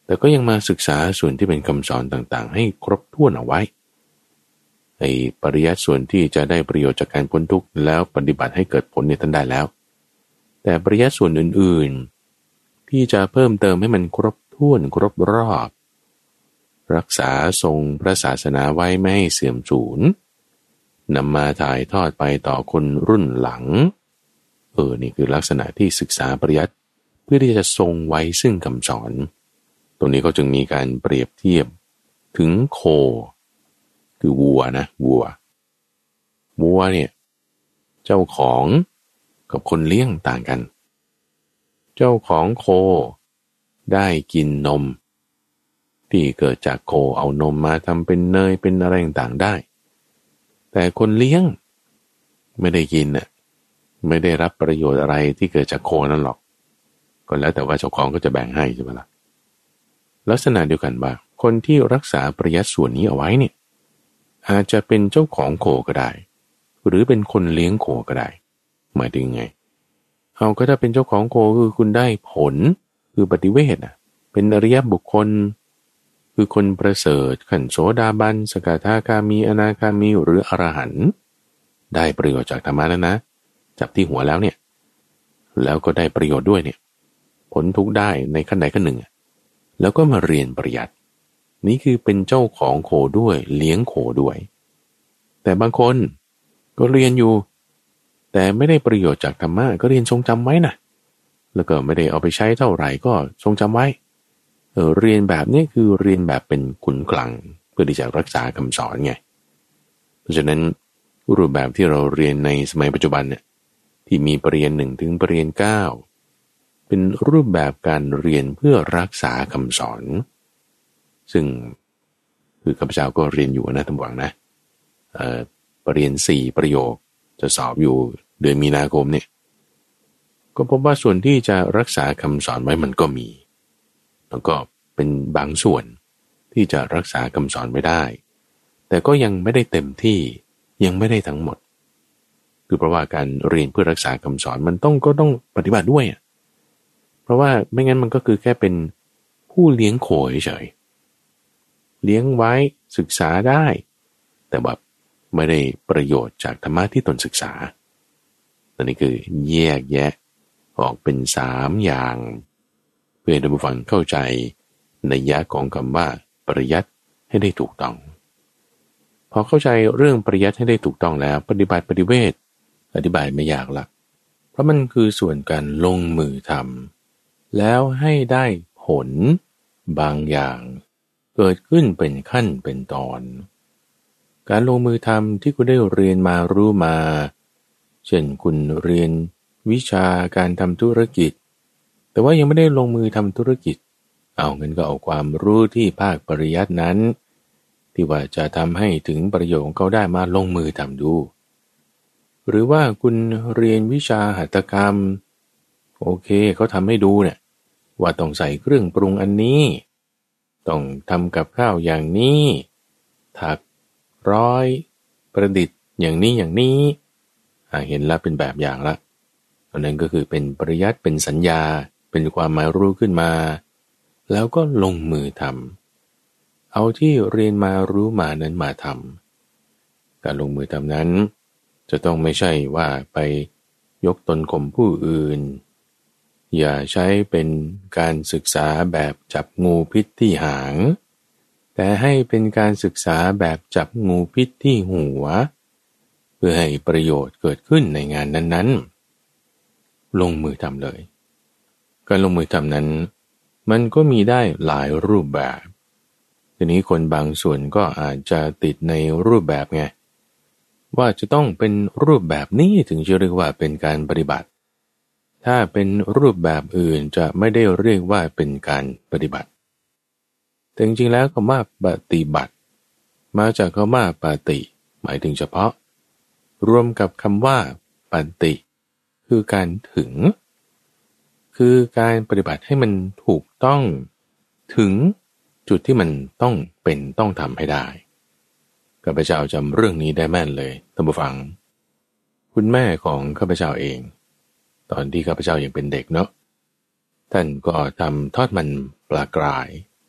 แต่ก็ยังมาศึกษาส่วนที่เป็นคำสอนต่างๆให้ครบถ้วนเอาไว้ไอ้ปริยัติส่วนที่จะได้ประโยชน์จากการพ้นทุกข์แล้วปฏิบัติให้เกิดผลเนี่ยท่านได้แล้วแต่ปริยัติส่วนอื่นๆที่จะเพิ่มเติมให้มันครบถ้วนครบรอบรักษาทรงพระศาสนาไว้ไม่ให้เสื่อมสูญนำมาถ่ายทอดไปต่อคนรุ่นหลังเออนี่คือลักษณะที่ศึกษาปริยัติเพื่อที่จะทรงไว้ซึ่งคำสอนตรงนี้ก็จึงมีการเปรียบเทียบถึงโคคือวัวนะวัววัวเนี่ยเจ้าของกับคนเลี้ยงต่างกันเจ้าของโคได้กินนมที่เกิดจากโคเอานมมาทำเป็นเนยเป็นอะไรต่างๆได้แต่คนเลี้ยงไม่ได้กินน่ะไม่ได้รับประโยชน์อะไรที่เกิดจากโคนั่นหรอกก็แล้วแต่ว่าเจ้าของก็จะแบ่งให้ใช่ไหมล่ะลักษณะเดียวกันว่าคนที่รักษาปริยัติส่วนนี้เอาไว้เนี่ยอาจจะเป็นเจ้าของโคก็ได้หรือเป็นคนเลี้ยงโคก็ได้หมายถึงไงเอาก็ถ้าเป็นเจ้าของโคคือคุณได้ผลคือปฏิเวทน่ะเป็นอริยบุคคลคือคนประเสริฐขันโสดาบันสกทาคามีอนาคามีหรืออรหันต์ได้ประโยชน์จากธรรมะแล้วนะจับที่หัวแล้วเนี่ยแล้วก็ได้ประโยชน์ด้วยเนี่ยผลทุกได้ในขั้นใดขั้นหนึ่งแล้วก็มาเรียนปริยัตินี่คือเป็นเจ้าของโคด้วยเลี้ยงโคด้วยแต่บางคนก็เรียนอยู่แต่ไม่ได้ประโยชน์จากธรรมะก็เรียนทรงจำไว้นะแล้วก็ไม่ได้เอาไปใช้เท่าไหร่ก็ทรงจำไว้เออเรียนแบบนี้คือเรียนแบบเป็นขุนคลังเพื่อที่จะรักษาคำสอนไงเพราะฉะนั้นรูปแบบที่เราเรียนในสมัยปัจจุบันเนี่ยที่มีปริญญาหนึ่งถึงปริญญาเก้าเป็นรูปแบบการเรียนเพื่อรักษาคำสอนซึ่งคือข้าพเจ้าก็เรียนอยู่นะท่านผู้ฟังนะเอ่อปริญญาสี่ประโยคจะสอบอยู่เดือนมีนาคมเนี่ยก็พบว่าส่วนที่จะรักษาคำสอนไว้มันก็มีแล้วก็เป็นบางส่วนที่จะรักษาคำสอนไม่ได้แต่ก็ยังไม่ได้เต็มที่ยังไม่ได้ทั้งหมดคือเพราะว่าการเรียนเพื่อรักษาคำสอนมันต้องก็ต้องปฏิบัติด้วยเพราะว่าไม่งั้นมันก็คือแค่เป็นผู้เลี้ยงโคเฉยเลี้ยงไว้ศึกษาได้แต่แบบไม่ได้ประโยชน์จากธรรมะที่ตนศึกษาตอนนี้คือแยกแยะออกเป็นสามอย่างเพื่อให้ท่านผู้ฟังเข้าใจนัยยะของคำว่าปริยัติให้ได้ถูกต้องพอเข้าใจเรื่องปริยัติให้ได้ถูกต้องแล้วปฏิบัติปฏิเวทอธิบายไม่ยากละเพราะมันคือส่วนการลงมือทำแล้วให้ได้ผลบางอย่างเกิดขึ้นเป็นขั้นเป็นตอนการลงมือทำที่คุณได้เรียนมารู้มาเช่นคุณเรียนวิชาการทำธุรกิจแต่ว่ายังไม่ได้ลงมือทำธุรกิจเอาเงินก็เอาความรู้ที่ภาคปริยัตินั้นที่ว่าจะทำให้ถึงประโยชน์ของเขาได้มาลงมือทำดูหรือว่าคุณเรียนวิชาหัตถกรรมโอเคเขาทำให้ดูเนี่ยว่าต้องใส่เครื่องปรุงอันนี้ต้องทำกับข้าวอย่างนี้ถักร้อยประดิษฐ์อย่างนี้อย่างนี้เห็นแล้วเป็นแบบอย่างละอันนั้นก็คือเป็นปริยัติเป็นสัญญาเป็นความหมายรู้ขึ้นมาแล้วก็ลงมือทำเอาที่เรียนมารู้มานั้นมาทำการลงมือทำนั้นจะต้องไม่ใช่ว่าไปยกตนข่มผู้อื่นอย่าใช้เป็นการศึกษาแบบจับงูพิษที่หางแต่ให้เป็นการศึกษาแบบจับงูพิษที่หัวเพื่อให้ประโยชน์เกิดขึ้นในงานนั้นๆลงมือทำเลยการลงมือทำนั้นมันก็มีได้หลายรูปแบบทีนี้คนบางส่วนก็อาจจะติดในรูปแบบไงว่าจะต้องเป็นรูปแบบนี้ถึงจะเรียกว่าเป็นการปฏิบัติถ้าเป็นรูปแบบอื่นจะไม่ได้เรียกว่าเป็นการปฏิบัติแต่จริงๆแล้วคำว่าปฏิบัติมาจากคำว่าปฏิหมายถึงเฉพาะรวมกับคำว่าปฏิคือการถึงคือการปฏิบัติให้มันถูกต้องถึงจุดที่มันต้องเป็นต้องทำให้ได้ข้าพเจ้าจำเรื่องนี้ได้แม่นเลยท่านผู้ฟังคุณแม่ของข้าพเจ้าเองตอนที่ข้าพเจ้ายังเป็นเด็กเนาะท่านก็ทำทอดมันปลากราย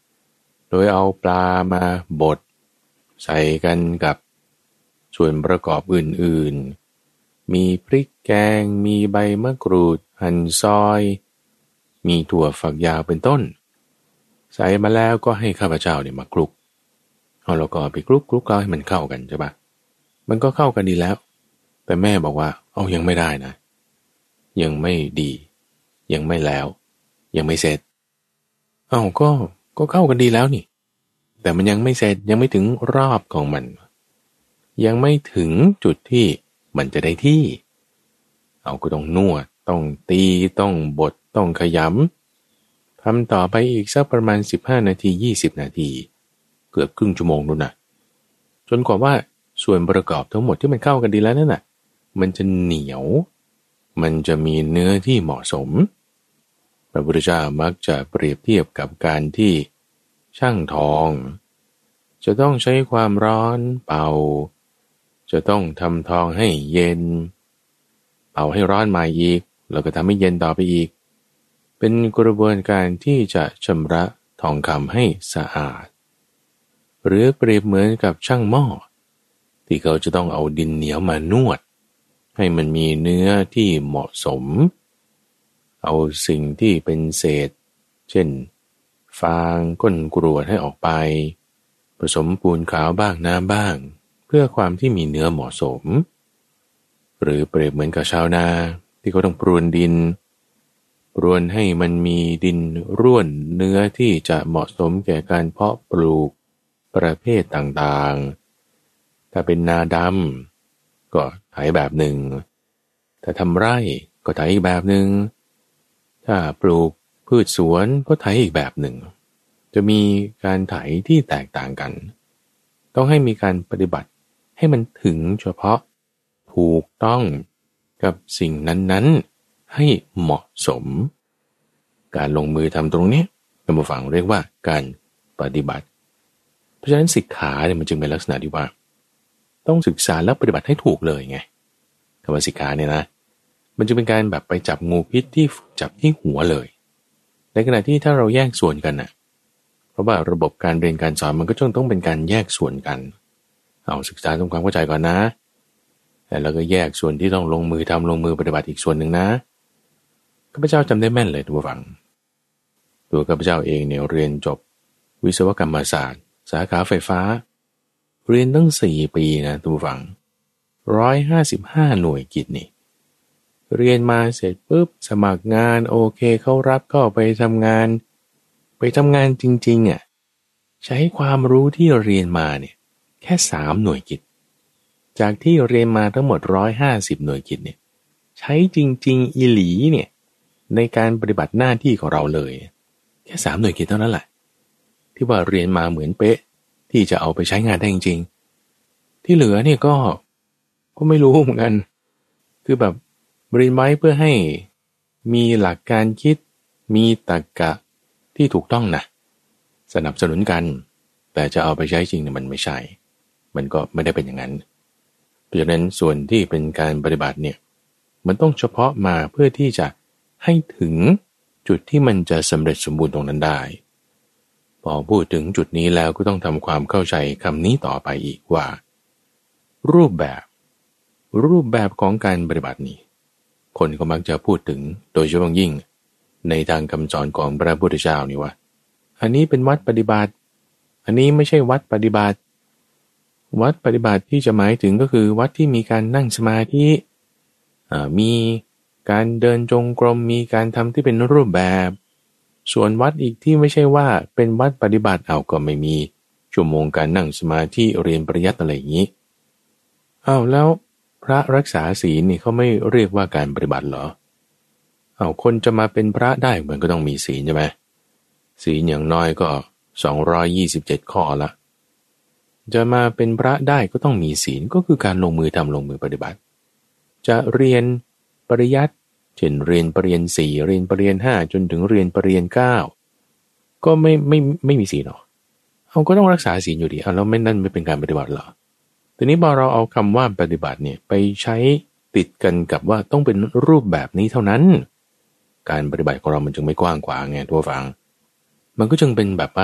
โดยเอาปลามาบดใส่กันกับส่วนประกอบอื่นๆมีพริกแกงมีใบมะกรูดหั่นซอยมีถั่วฝักยาวเป็นต้นใส่มาแล้วก็ให้ข้าพเจ้าเนี่ยมาคลุกเอาแล้วก็ไปคลุกคลุกให้มันเข้ากันใช่ปะมันก็เข้ากันดีแล้วแต่แม่บอกว่าเอายังไม่ได้นะยังไม่ดียังไม่แล้วยังไม่เสร็จเอ้าก็ก็เข้ากันดีแล้วนี่แต่มันยังไม่เสร็จยังไม่ถึงรอบของมันยังไม่ถึงจุดที่มันจะได้ที่เอาก็ต้องนวดต้องตีต้องบดต้องขยำทำต่อไปอีกสักประมาณสิบห้านาทียี่สิบนาทีเกือบครึ่งชั่วโมงนู่นน่ะจนกว่าว่าส่วนประกอบทั้งหมดที่มันเข้ากันดีแล้วนั่นน่ะมันจะเหนียวมันจะมีเนื้อที่เหมาะสมพระพุทธเจ้ามักจะเปรียบเทียบกับการที่ช่างทองจะต้องใช้ความร้อนเป่าจะต้องทำทองให้เย็นเป่าให้ร้อนมาอีกแล้วก็ทำให้เย็นต่อไปอีกเป็นกระบวนการที่จะชำระทองคำให้สะอาดหรือเปรียบเหมือนกับช่างหม้อที่เขาจะต้องเอาดินเหนียวมานวดให้มันมีเนื้อที่เหมาะสมเอาสิ่งที่เป็นเศษเช่นฟางก้นกรวดให้ออกไปผสมปูนขาวบ้างน้ำบ้างเพื่อความที่มีเนื้อเหมาะสมหรือเปรียบเหมือนกับชาวนาที่เขาต้องปรวนดินปรวนให้มันมีดินร่วนเนื้อที่จะเหมาะสมแก่การเพาะปลูกประเภทต่างๆถ้าเป็นนาดำก็ไถแบบหนึ่งถ้าทำไร่ก็ไถอีกแบบหนึ่งถ้าปลูกพืชสวนก็ไถอีกแบบหนึ่งจะมีการไถที่แตกต่างกันต้องให้มีการปฏิบัติให้มันถึงเฉพาะถูกต้องกับสิ่งนั้นๆให้เหมาะสมการลงมือทำตรงนี้ท่านผู้ฟังเรียกว่าการปฏิบัติเพราะฉะนั้นสิกขาเนี่ยมันจึงเป็นลักษณะที่ว่าต้องศึกษาแล้วปฏิบัติให้ถูกเลยไงคำว่าสิกขาเนี่ยนะมันจะเป็นการแบบไปจับงูพิษที่จับที่หัวเลยในขณะที่ถ้าเราแยกส่วนกันน่ะเพราะว่าระบบการเรียนการสอนมันก็ต้องต้องเป็นการแยกส่วนกันเอาศึกษาทำความเข้าใจก่อนนะแล้วก็แยกส่วนที่ต้องลงมือทำลงมือปฏิบัติอีกส่วนหนึ่งนะข้าพเจ้าจำได้แม่นเลยทุกฝั่งตัวข้าพเจ้าเองเนี่ยเรียนจบวิศวกรรมศาสตร์สาขาไฟฟ้าเรียนตั้งสี่ปีนะทุกฝั่งร้อยห้าสิบห้าหน่วยกิตนี่เรียนมาเสร็จปุ๊บสมัครงานโอเคเขารับก็ไปทำงานไปทำงานจริงๆอ่ะใช้ความรู้ที่เรียนมาเนี่ยแค่สามหน่วยกิตจากที่เรียนมาทั้งหมดร้อยห้าสิบหน่วยกิตเนี่ยใช้จริงๆอีหลีเนี่ยในการปฏิบัติหน้าที่ของเราเลยแค่สามหน่วยกิตเท่านั้นแหละที่ว่าเรียนมาเหมือนเป๊ะที่จะเอาไปใช้งานได้จริงๆที่เหลือเนี่ยก็ก็ไม่รู้เหมือนกันคือแบบเรียนไว้เพื่อให้มีหลักการคิดมีตรรกะที่ถูกต้องนะสนับสนุนกันแต่จะเอาไปใช้จริงเนี่ยมันไม่ใช่มันก็ไม่ได้เป็นอย่างนั้นเพราะฉะนั้นส่วนที่เป็นการปฏิบัติเนี่ยมันต้องเฉพาะมาเพื่อที่จะให้ถึงจุดที่มันจะสำเร็จสมบูรณ์ตรงนั้นได้พอพูดถึงจุดนี้แล้วก็ต้องทำความเข้าใจคำนี้ต่อไปอีกว่ารูปแบบรูปแบบของการปฏิบัตินี้คนก็มักจะพูดถึงโดยเฉพาะยิ่งในทางคำสอนของพระพุทธเจ้านี่ว่าอันนี้เป็นวัดปฏิบัติอันนี้ไม่ใช่วัดปฏิบัติวัดปฏิบัติที่จะหมายถึงก็คือวัดที่มีการนั่งสมาธิมีการเดินจงกรมมีการทำที่เป็นรูปแบบส่วนวัดอีกที่ไม่ใช่ว่าเป็นวัดปฏิบัติเอาก็ไม่มีชั่วโมงการนั่งสมาธิเรียนปริยัติอะไรอย่างนี้เอาแล้วพระรักษาศีลนี่เขาไม่เรียกว่าการปฏิบัติเหรอเอาคนจะมาเป็นพระได้มันก็ต้องมีศีลใช่ไหมศีลอย่างน้อยก็สองร้อยยี่สิบเจ็ดข้อละจะมาเป็นพระได้ก็ต้องมีศีลก็คือการลงมือทำลงมือปฏิบัติจะเรียนปริยัติเช่นเรียนปริญญาสี่เรียนปริญญาห้าจนถึงเรียนปริญญาเก้าก็ไม่ไม่ไม่มีศีลหรอเอาก็ต้องรักษาศีลอยู่ดีเอาแล้วไม่นั่นไม่เป็นการปฏิบัติหรอทีนี้พอเราเอาคำว่าปฏิบัติเนี่ยไปใช้ติดกันกับว่าต้องเป็นรูปแบบนี้เท่านั้นการปฏิบัติของเรามันจึงไม่กว้างขวางไงตัวฟังมันก็จึงเป็นแบบว่า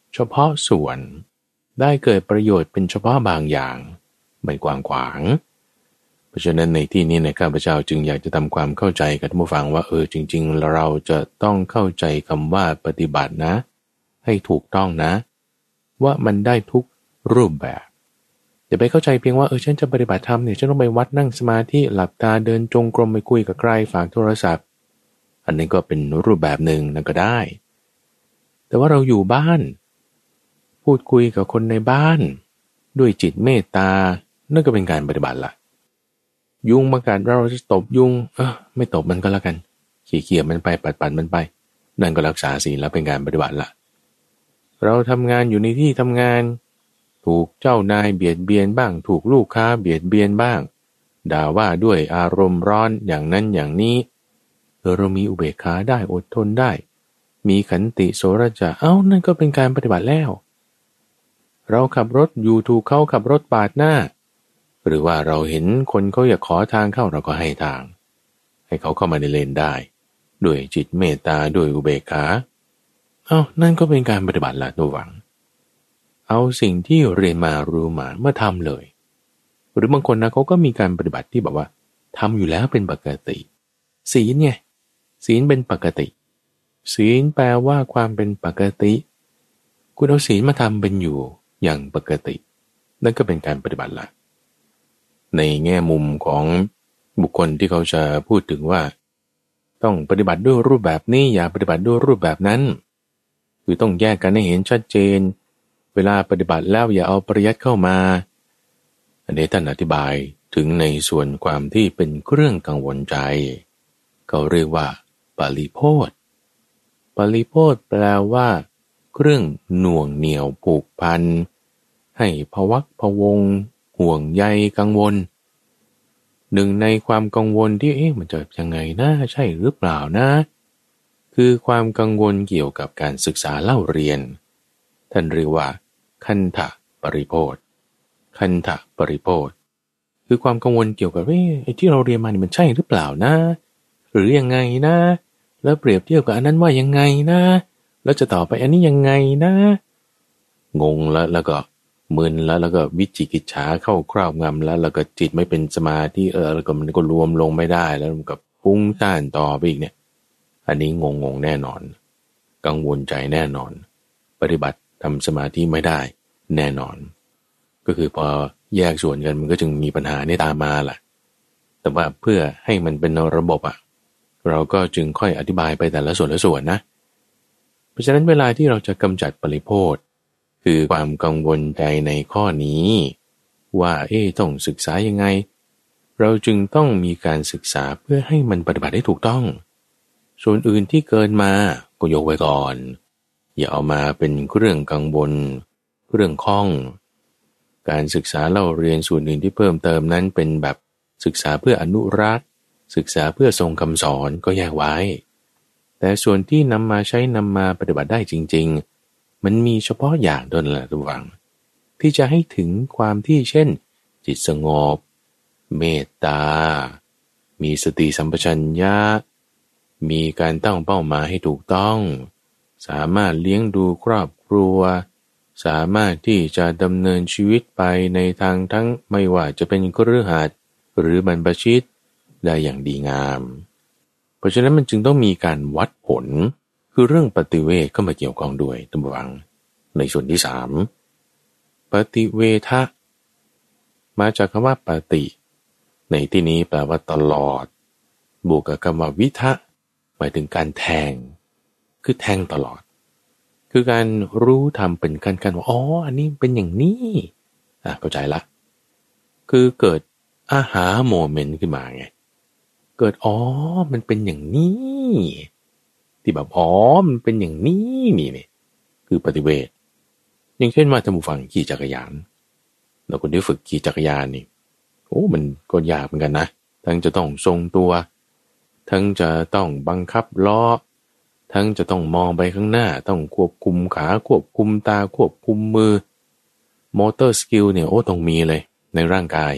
เฉพาะส่วนได้เกิดประโยชน์เป็นเฉพาะบางอย่างไม่กว้างขวางเพราะฉะนั้นในที่นี้นะข้าพเจ้าจึงอยากจะทำความเข้าใจกับท่านผู้ฟังว่าเออจริงๆเราจะต้องเข้าใจคำว่าปฏิบัตินะให้ถูกต้องนะว่ามันได้ทุกรูปแบบอย่าไปเข้าใจเพียงว่าเออฉันจะปฏิบัติธรรมเนี่ยฉันต้องไปวัดนั่งสมาธิหลับตาเดินจงกรมไปคุยกับใครฝากโทรศัพท์อันนี้ก็เป็นรูปแบบหนึ่งนั่นก็ได้แต่ว่าเราอยู่บ้านพูดคุยกับคนในบ้านด้วยจิตเมตตานั่นก็เป็นการปฏิบัติละยุงมากัดเราจะตบยุงเออไม่ตบมันก็แล้วกันเขี่ยๆมันไปปัดๆมันไปนั่นก็รักษาศีลแล้วเป็นการปฏิบัติละเราทำงานอยู่ในที่ทำงานถูกเจ้านายเบียดเบียนบ้างถูกลูกค้าเบียดเบียนบ้างด่าว่าด้วยอารมณ์ร้อนอย่างนั้นอย่างนี้เรามีอุเบกขาได้อดทนได้มีขันติโสรจะเอ้านั่นก็เป็นการปฏิบัติแล้วเราขับรถอยู่ถูกเขาขับรถปาดหน้าหรือว่าเราเห็นคนเขาอยากขอทางเข้าเราก็ให้ทางให้เขาเข้ามาในเลนได้ด้วยจิตเมตตาด้วยอุเบกขาเอ้านั่นก็เป็นการปฏิบัติละตัวหวังเอาสิ่งที่เรียนมารู้มาเมื่อทำเลยหรือบางคนนะเขาก็มีการปฏิบัติที่แบบว่าทำอยู่แล้วเป็นปกติศีลไงศีลเป็นปกติศีลแปลว่าความเป็นปกติคุณเอาศีลมาทำเป็นอยู่อย่างปกตินั่นก็เป็นการปฏิบัติละในแง่มุมของบุคคลที่เขาจะพูดถึงว่าต้องปฏิบัติด้วยรูปแบบนี้อย่าปฏิบัติด้วยรูปแบบนั้นคือต้องแยกกันให้เห็นชัดเจนเวลาปฏิบัติแล้วอย่าเอาปริยัติเข้ามาอันนี้ท่านอธิบายถึงในส่วนความที่เป็นเครื่องกังวลใจเขาเรียกว่าปริโภทปริโภทแปลว่าเครื่องหน่วงเหนี่ยวผูกพันให้ภวักพะวงห่วงใยกังวลหนึ่งในความกังวลที่เอ๊ะมันจะยังไงนะใช่หรือเปล่านะคือความกังวลเกี่ยวกับการศึกษาเล่าเรียนท่านเรียกว่าคันธะปริโภทคันธะปริโภทคือความกังวลเกี่ยวกับเอ๊ะไอ้ที่เราเรียนมานี่มันใช่หรือเปล่านะหรือยังไงนะแล้วเปรียบเทียบกับอันนั้นว่ายังไงนะแล้วจะต่อไปอันนี้ยังไงนะงงแล้วแล้วก็มึนแล้วแล้วก็วิจิกิจฉาเข้าครอบงำแล้วแล้วก็จิตไม่เป็นสมาธิเออแล้วก็มันก็รวมลงไม่ได้แล้วมันก็ฟุ้งซ่านต่อไปอีกเนี่ยอันนี้งงงแน่นอนกังวลใจแน่นอนปฏิบัติทำสมาธิไม่ได้แน่นอนก็คือพอแยกส่วนกันมันก็จึงมีปัญหาในตามมาล่ะแต่ว่าเพื่อให้มันเป็นระบบอ่ะเราก็จึงค่อยอธิบายไปแต่ละส่วนละส่วนนะเพราะฉะนั้นเวลาที่เราจะกำจัดปริโภทคือความกังวลใจในข้อนี้ว่าเอ๊ะต้องศึกษายังไงเราจึงต้องมีการศึกษาเพื่อให้มันปฏิบัติได้ถูกต้องส่วนอื่นที่เกินมาก็ยกไว้ก่อนอย่าเอามาเป็นเรื่องกังวลเรื่องข้องการศึกษาเล่าเรียนส่วนอื่นที่เพิ่มเติมนั้นเป็นแบบศึกษาเพื่ออนุรักษ์ศึกษาเพื่อทรงคำสอนก็แยกไว้แต่ส่วนที่นำมาใช้นำมาปฏิบัติได้จริงๆมันมีเฉพาะอย่างเท่านั้นแหละทุกฝังที่จะให้ถึงความที่เช่นจิตสงบเมตตามีสติสัมปชัญญะมีการตั้งเป้าหมายให้ถูกต้องสามารถเลี้ยงดูครอบครัวสามารถที่จะดำเนินชีวิตไปในทางทั้งไม่ว่าจะเป็นคฤหัสถ์หรือบรรพชิตได้อย่างดีงามเพราะฉะนั้นมันจึงต้องมีการวัดผลคือเรื่องปฏิเวทเข้ามาเกี่ยวข้องด้วยตั้งวังในส่วนที่สามปฏิเวทะมาจากคำว่าปฏิในที่นี้แปลว่าตลอดบวกกับคำว่าวิทะหมายถึงการแทงคือแทงตลอดคือการรู้ทำเป็นขั้นๆว่าอ๋ออันนี้เป็นอย่างนี้อ่ะเข้าใจละคือเกิดอาหาโมเมนต์ขึ้นมาไงเกิดอ๋อมันเป็นอย่างนี้ที่แบบอ๋อมันเป็นอย่างนี้นี่นี่คือปฏิเวทอย่างเช่นว่าท่านผู้ฟังขี่จักรยานเราคนที่ฝึกขี่จักรยานนี่โอ้มันก็ยากเหมือนกันนะทั้งจะต้องทรงตัวทั้งจะต้องบังคับล้อทั้งจะต้องมองไปข้างหน้าต้องควบคุมขาควบคุมตาควบคุมมือมอเตอร์สกิลเนี่ยโอ้ต้องมีเลยในร่างกาย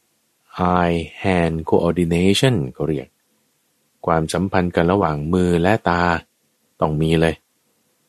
eye hand coordination ก็เรียกความสัมพันธ์กันระหว่างมือและตาต้องมีเลย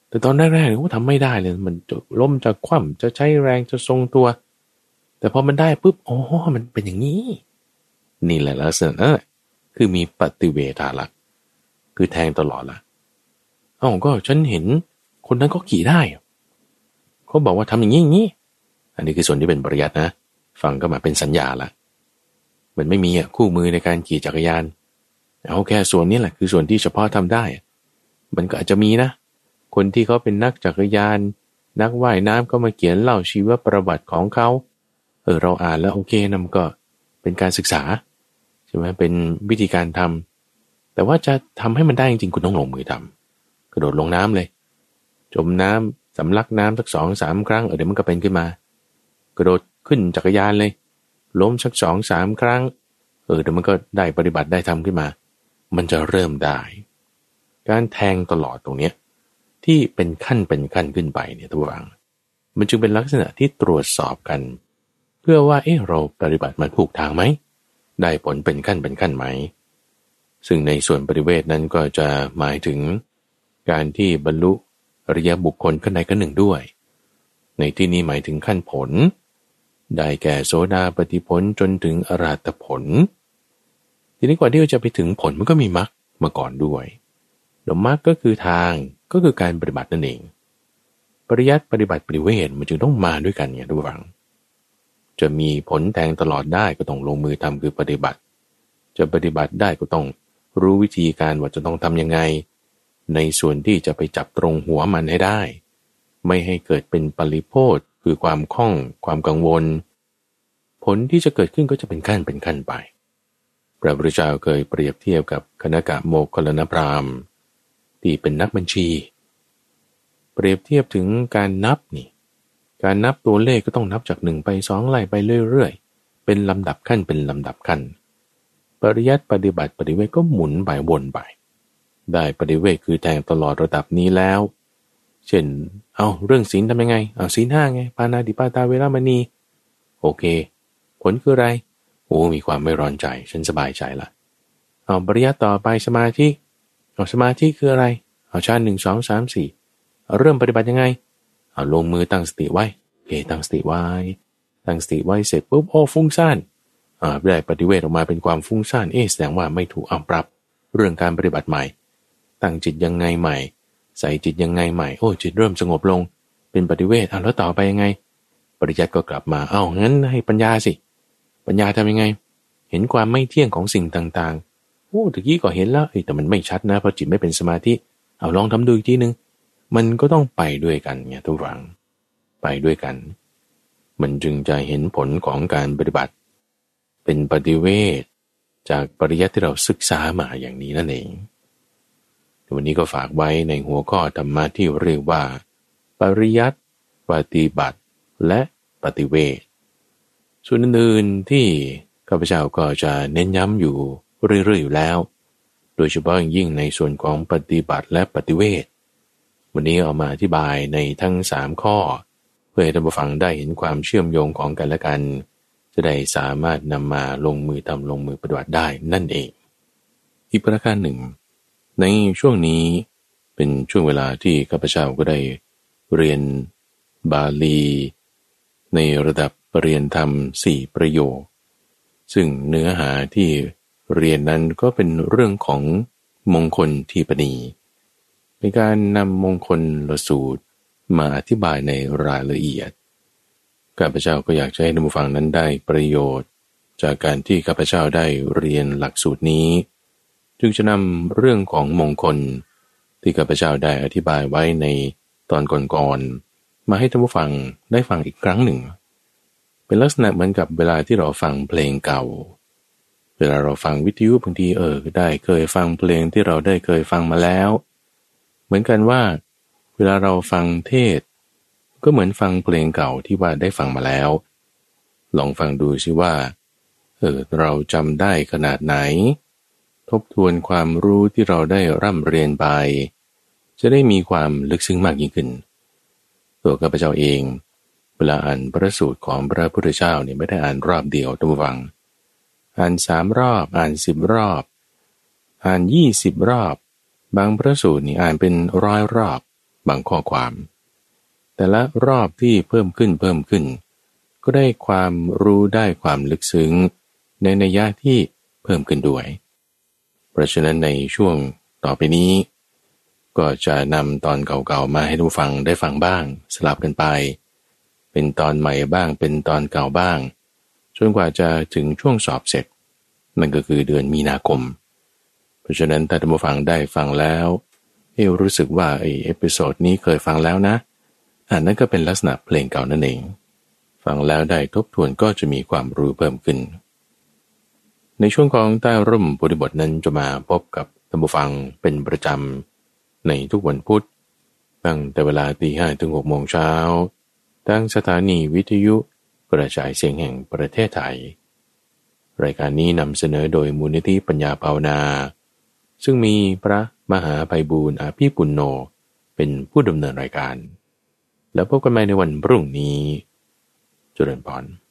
แต่ตอนแรกๆเขาทำไม่ได้เลยมันจะล้มจะคว่ำจะใช้แรงจะทรงตัวแต่พอมันได้ปุ๊บอ๋อมันเป็นอย่างนี้นี่แหละลักษณะนั้นคือมีปฏิเวทาละคือแทงตลอดละเอ้าก็ฉันเห็นคนนั้นก็ขี่ได้เขาบอกว่าทำอย่างนี้อย่างนี้อันนี้คือส่วนที่เป็นปริยัตินะฟังก็มาเป็นสัญญาละมันไม่มีอ่ะคู่มือในการขี่จักรยานเอาแค่ส่วนนี้แหละคือส่วนที่เฉพาะทำได้มันก็อาจจะมีนะคนที่เขาเป็นนักจักรยานนักว่ายน้ำก็มาเขียนเล่าชีวประวัติของเขาเออเราอ่านแล้วโอเคนะมันก็เป็นการศึกษาใช่ไหมเป็นวิธีการทำแต่ว่าจะทำให้มันได้จริงๆคุณต้องลงมือทำกระโดดลงน้ำเลยจมน้ำสำลักน้ำสักสองสามครั้งเออเดี๋ยวมันก็เป็นขึ้นมากระโดดขึ้นจักรยานเลยล้มสักสองสามครั้งเออเดี๋ยวมันก็ได้ปฏิบัติได้ทำขึ้นมามันจะเริ่มได้การแทงตลอดตรงเนี้ยที่เป็นขั้นเป็นขั้นขึ้นไปเนี่ยตัวอย่างมันจึงเป็นลักษณะที่ตรวจสอบกันเพื่อว่าเอ๊ะเราปฏิบัติมันถูกทางไหมได้ผลเป็นขั้นเป็นขั้นไหมซึ่งในส่วนปฏิเวทนั้นก็จะหมายถึงการที่บรรลุอริยบุคคลขั้นใดขั้นหนึ่งด้วยในที่นี้หมายถึงขั้นผลได้แก่โสดาปัตติผลจนถึงอรหัตผลทีนี้กว่าที่จะไปถึงผลมันก็มีมรรคมาก่อนด้วยแล้วมรรคก็คือทางก็คือการปฏิบัตินั่นเองปริยัติปฏิบัติปฏิเวทมันจึงต้องมาด้วยกันไงทุกฝังจะมีผลแทงตลอดได้ก็ต้องลงมือทำคือปฏิบัติจะปฏิบัติได้ก็ต้องรู้วิธีการว่าจะต้องทำยังไงในส่วนที่จะไปจับตรงหัวมันให้ได้ไม่ให้เกิดเป็นปริโภทคือความคล่องความกังวลผลที่จะเกิดขึ้นก็จะเป็นขั้นเป็นขั้นไปพระพุทธเจ้าเคยเปรียบเทียบกับคณกะโมคคัลลานพราหมณ์ที่เป็นนักบัญชีเปรียบเทียบถึงการนับนี่การนับตัวเลขก็ต้องนับจากหนึ่งไปสองไล่ไปเรื่อยๆเป็นลำดับขั้นเป็นลำดับขั้นปริยัติปฏิบัติปฏิเวทก็หมุนไปวนไปได้ปฏิเวทคือแทงตลอดระดับนี้แล้วเช่นเอาเรื่องศีลทำยังไงเอาศีลห้าไงปาณาติปาตาเวรมณีโอเคผลคืออะไรโอ้มีความไม่ร้อนใจฉันสบายใจละเอาปริยัติต่อไปสมาธิเอาสมาธิคืออะไรเอาฌานหนึ่งสองสามสี่เอาเริ่มปฏิบัติยังไงเอาลงมือตั้งสติไว้โอเคตั้งสติไว้ตั้งสติไว้เสร็จปุ๊บโอ้ฟุ้งซ่านอ่าได้ปฏิเวทออกมาเป็นความฟุ้งซ่านเอ๊ะแสดงว่าไม่ถูกเอาปรับเรื่องการปฏิบัติใหม่ตั้งจิตยังไงใหม่ใส่จิตยังไงใหม่โอ้จิตเริ่มสงบลงเป็นปฏิเวทอ่ะแล้วต่อไปยังไงปริยัติก็กลับมาเอ้างั้นให้ปัญญาสิปัญญาทำยังไงเห็นความไม่เที่ยงของสิ่งต่างๆโอ้ตะกี้ก็เห็นแล้วแต่มันไม่ชัดนะเพราะจิตไม่เป็นสมาธิเอาลองทำดูอีกทีนึงมันก็ต้องไปด้วยกันไงทุกฝังไปด้วยกันมันจึงจะเห็นผลของการปฏิบัติเป็นปฏิเวทจากปริยัติที่เราศึกษามาอย่างนี้นั่นเองวันนี้ก็ฝากไว้ในหัวข้อธรรมะที่เรียกว่าปริยัติปฏิบัติและปฏิเวทส่วนอื่นๆที่ข้าพเจ้าก็จะเน้นย้ำอยู่เรื่อยๆอยู่แล้วโดยเฉพาะอย่างยิ่งในส่วนของปฏิบัติและปฏิเวทวันนี้เอามาอธิบายในทั้งสามข้อเพื่อให้ท่านผู้ฟังได้เห็นความเชื่อมโยงของกันและกันจะได้สามารถนำมาลงมือทำลงมือปฏิบัติได้นั่นเองอีกประการหนึ่งในช่วงนี้เป็นช่วงเวลาที่ข้าพเจ้าก็ได้เรียนบาลีในระดับปริญญาธรรมสี่ประโยคซึ่งเนื้อหาที่เรียนนั้นก็เป็นเรื่องของมงคลทีปณีในการนำมงคลละสูตรมาอธิบายในรายละเอียดข้าพเจ้าก็อยากจะให้ท่านผู้ฟังนั้นได้ประโยชน์จากการที่ข้าพเจ้าได้เรียนหลักสูตรนี้จึงจะนำเรื่องของมงคลที่ข้าพเจ้าได้อธิบายไว้ในตอนก่อนๆมาให้ท่านผู้ฟังได้ฟังอีกครั้งหนึ่งเป็นลักษณะเหมือนกับเวลาที่เราฟังเพลงเก่าเวลาเราฟังวิทยุบางทีเออได้เคยฟังเพลงที่เราได้เคยฟังมาแล้วเหมือนกันว่าเวลาเราฟังเทศก็เหมือนฟังเพลงเก่าที่ว่าได้ฟังมาแล้วลองฟังดูสิว่าเออเราจำได้ขนาดไหนทบทวนความรู้ที่เราได้ร่ำเรียนไปจะได้มีความลึกซึ้งมากยิ่งขึ้นตัวข้าพเจ้าเองเวลาอ่านพระสูตรของพระพุทธเจ้าเนี่ยไม่ได้อ่านรอบเดียวท่านผู้ฟังอ่านสามรอบอ่านสิบรอบอ่านยี่สิบรอบบางพระสูตรนี่อ่านเป็นร้อยรอบบางข้อความแต่ละรอบที่เพิ่มขึ้นเพิ่มขึ้นก็ได้ความรู้ได้ความลึกซึ้งในนัยยะที่เพิ่มขึ้นด้วยเพราะฉะนั้นในช่วงต่อไปนี้ก็จะนำตอนเก่าๆมาให้ทุกฟังได้ฟังบ้างสลับกันไปเป็นตอนใหม่บ้างเป็นตอนเก่าบ้างจนกว่าจะถึงช่วงสอบเสร็จนั่นก็คือเดือนมีนาคมเพราะฉะนั้นถ้าท่านผู้ฟังได้ฟังแล้วเอรู้สึกว่าไอ้เอพิโซดนี้เคยฟังแล้วนะอันนั้นก็เป็นลักษณะเพลงเก่านั่นเองฟังแล้วได้ทบทวนก็จะมีความรู้เพิ่มขึ้นในช่วงของใต้ร่มบริบทนั้นจะมาพบกับท่านผู้ฟังเป็นประจำในทุกวันพุธตั้งแต่เวลาตีห้ถึงหกโมงเช้าตั้งสถานีวิทยุกระจายเสียงแห่งประเทศไทยรายการนี้นำเสนอโดยมูลนิธิปัญญาภาวนาซึ่งมีพระมหาไพบูลย์อาภีปุณโญเป็นผู้ดำเนินรายการแล้วพบกันใหม่ในวันพรุ่งนี้เจริญพร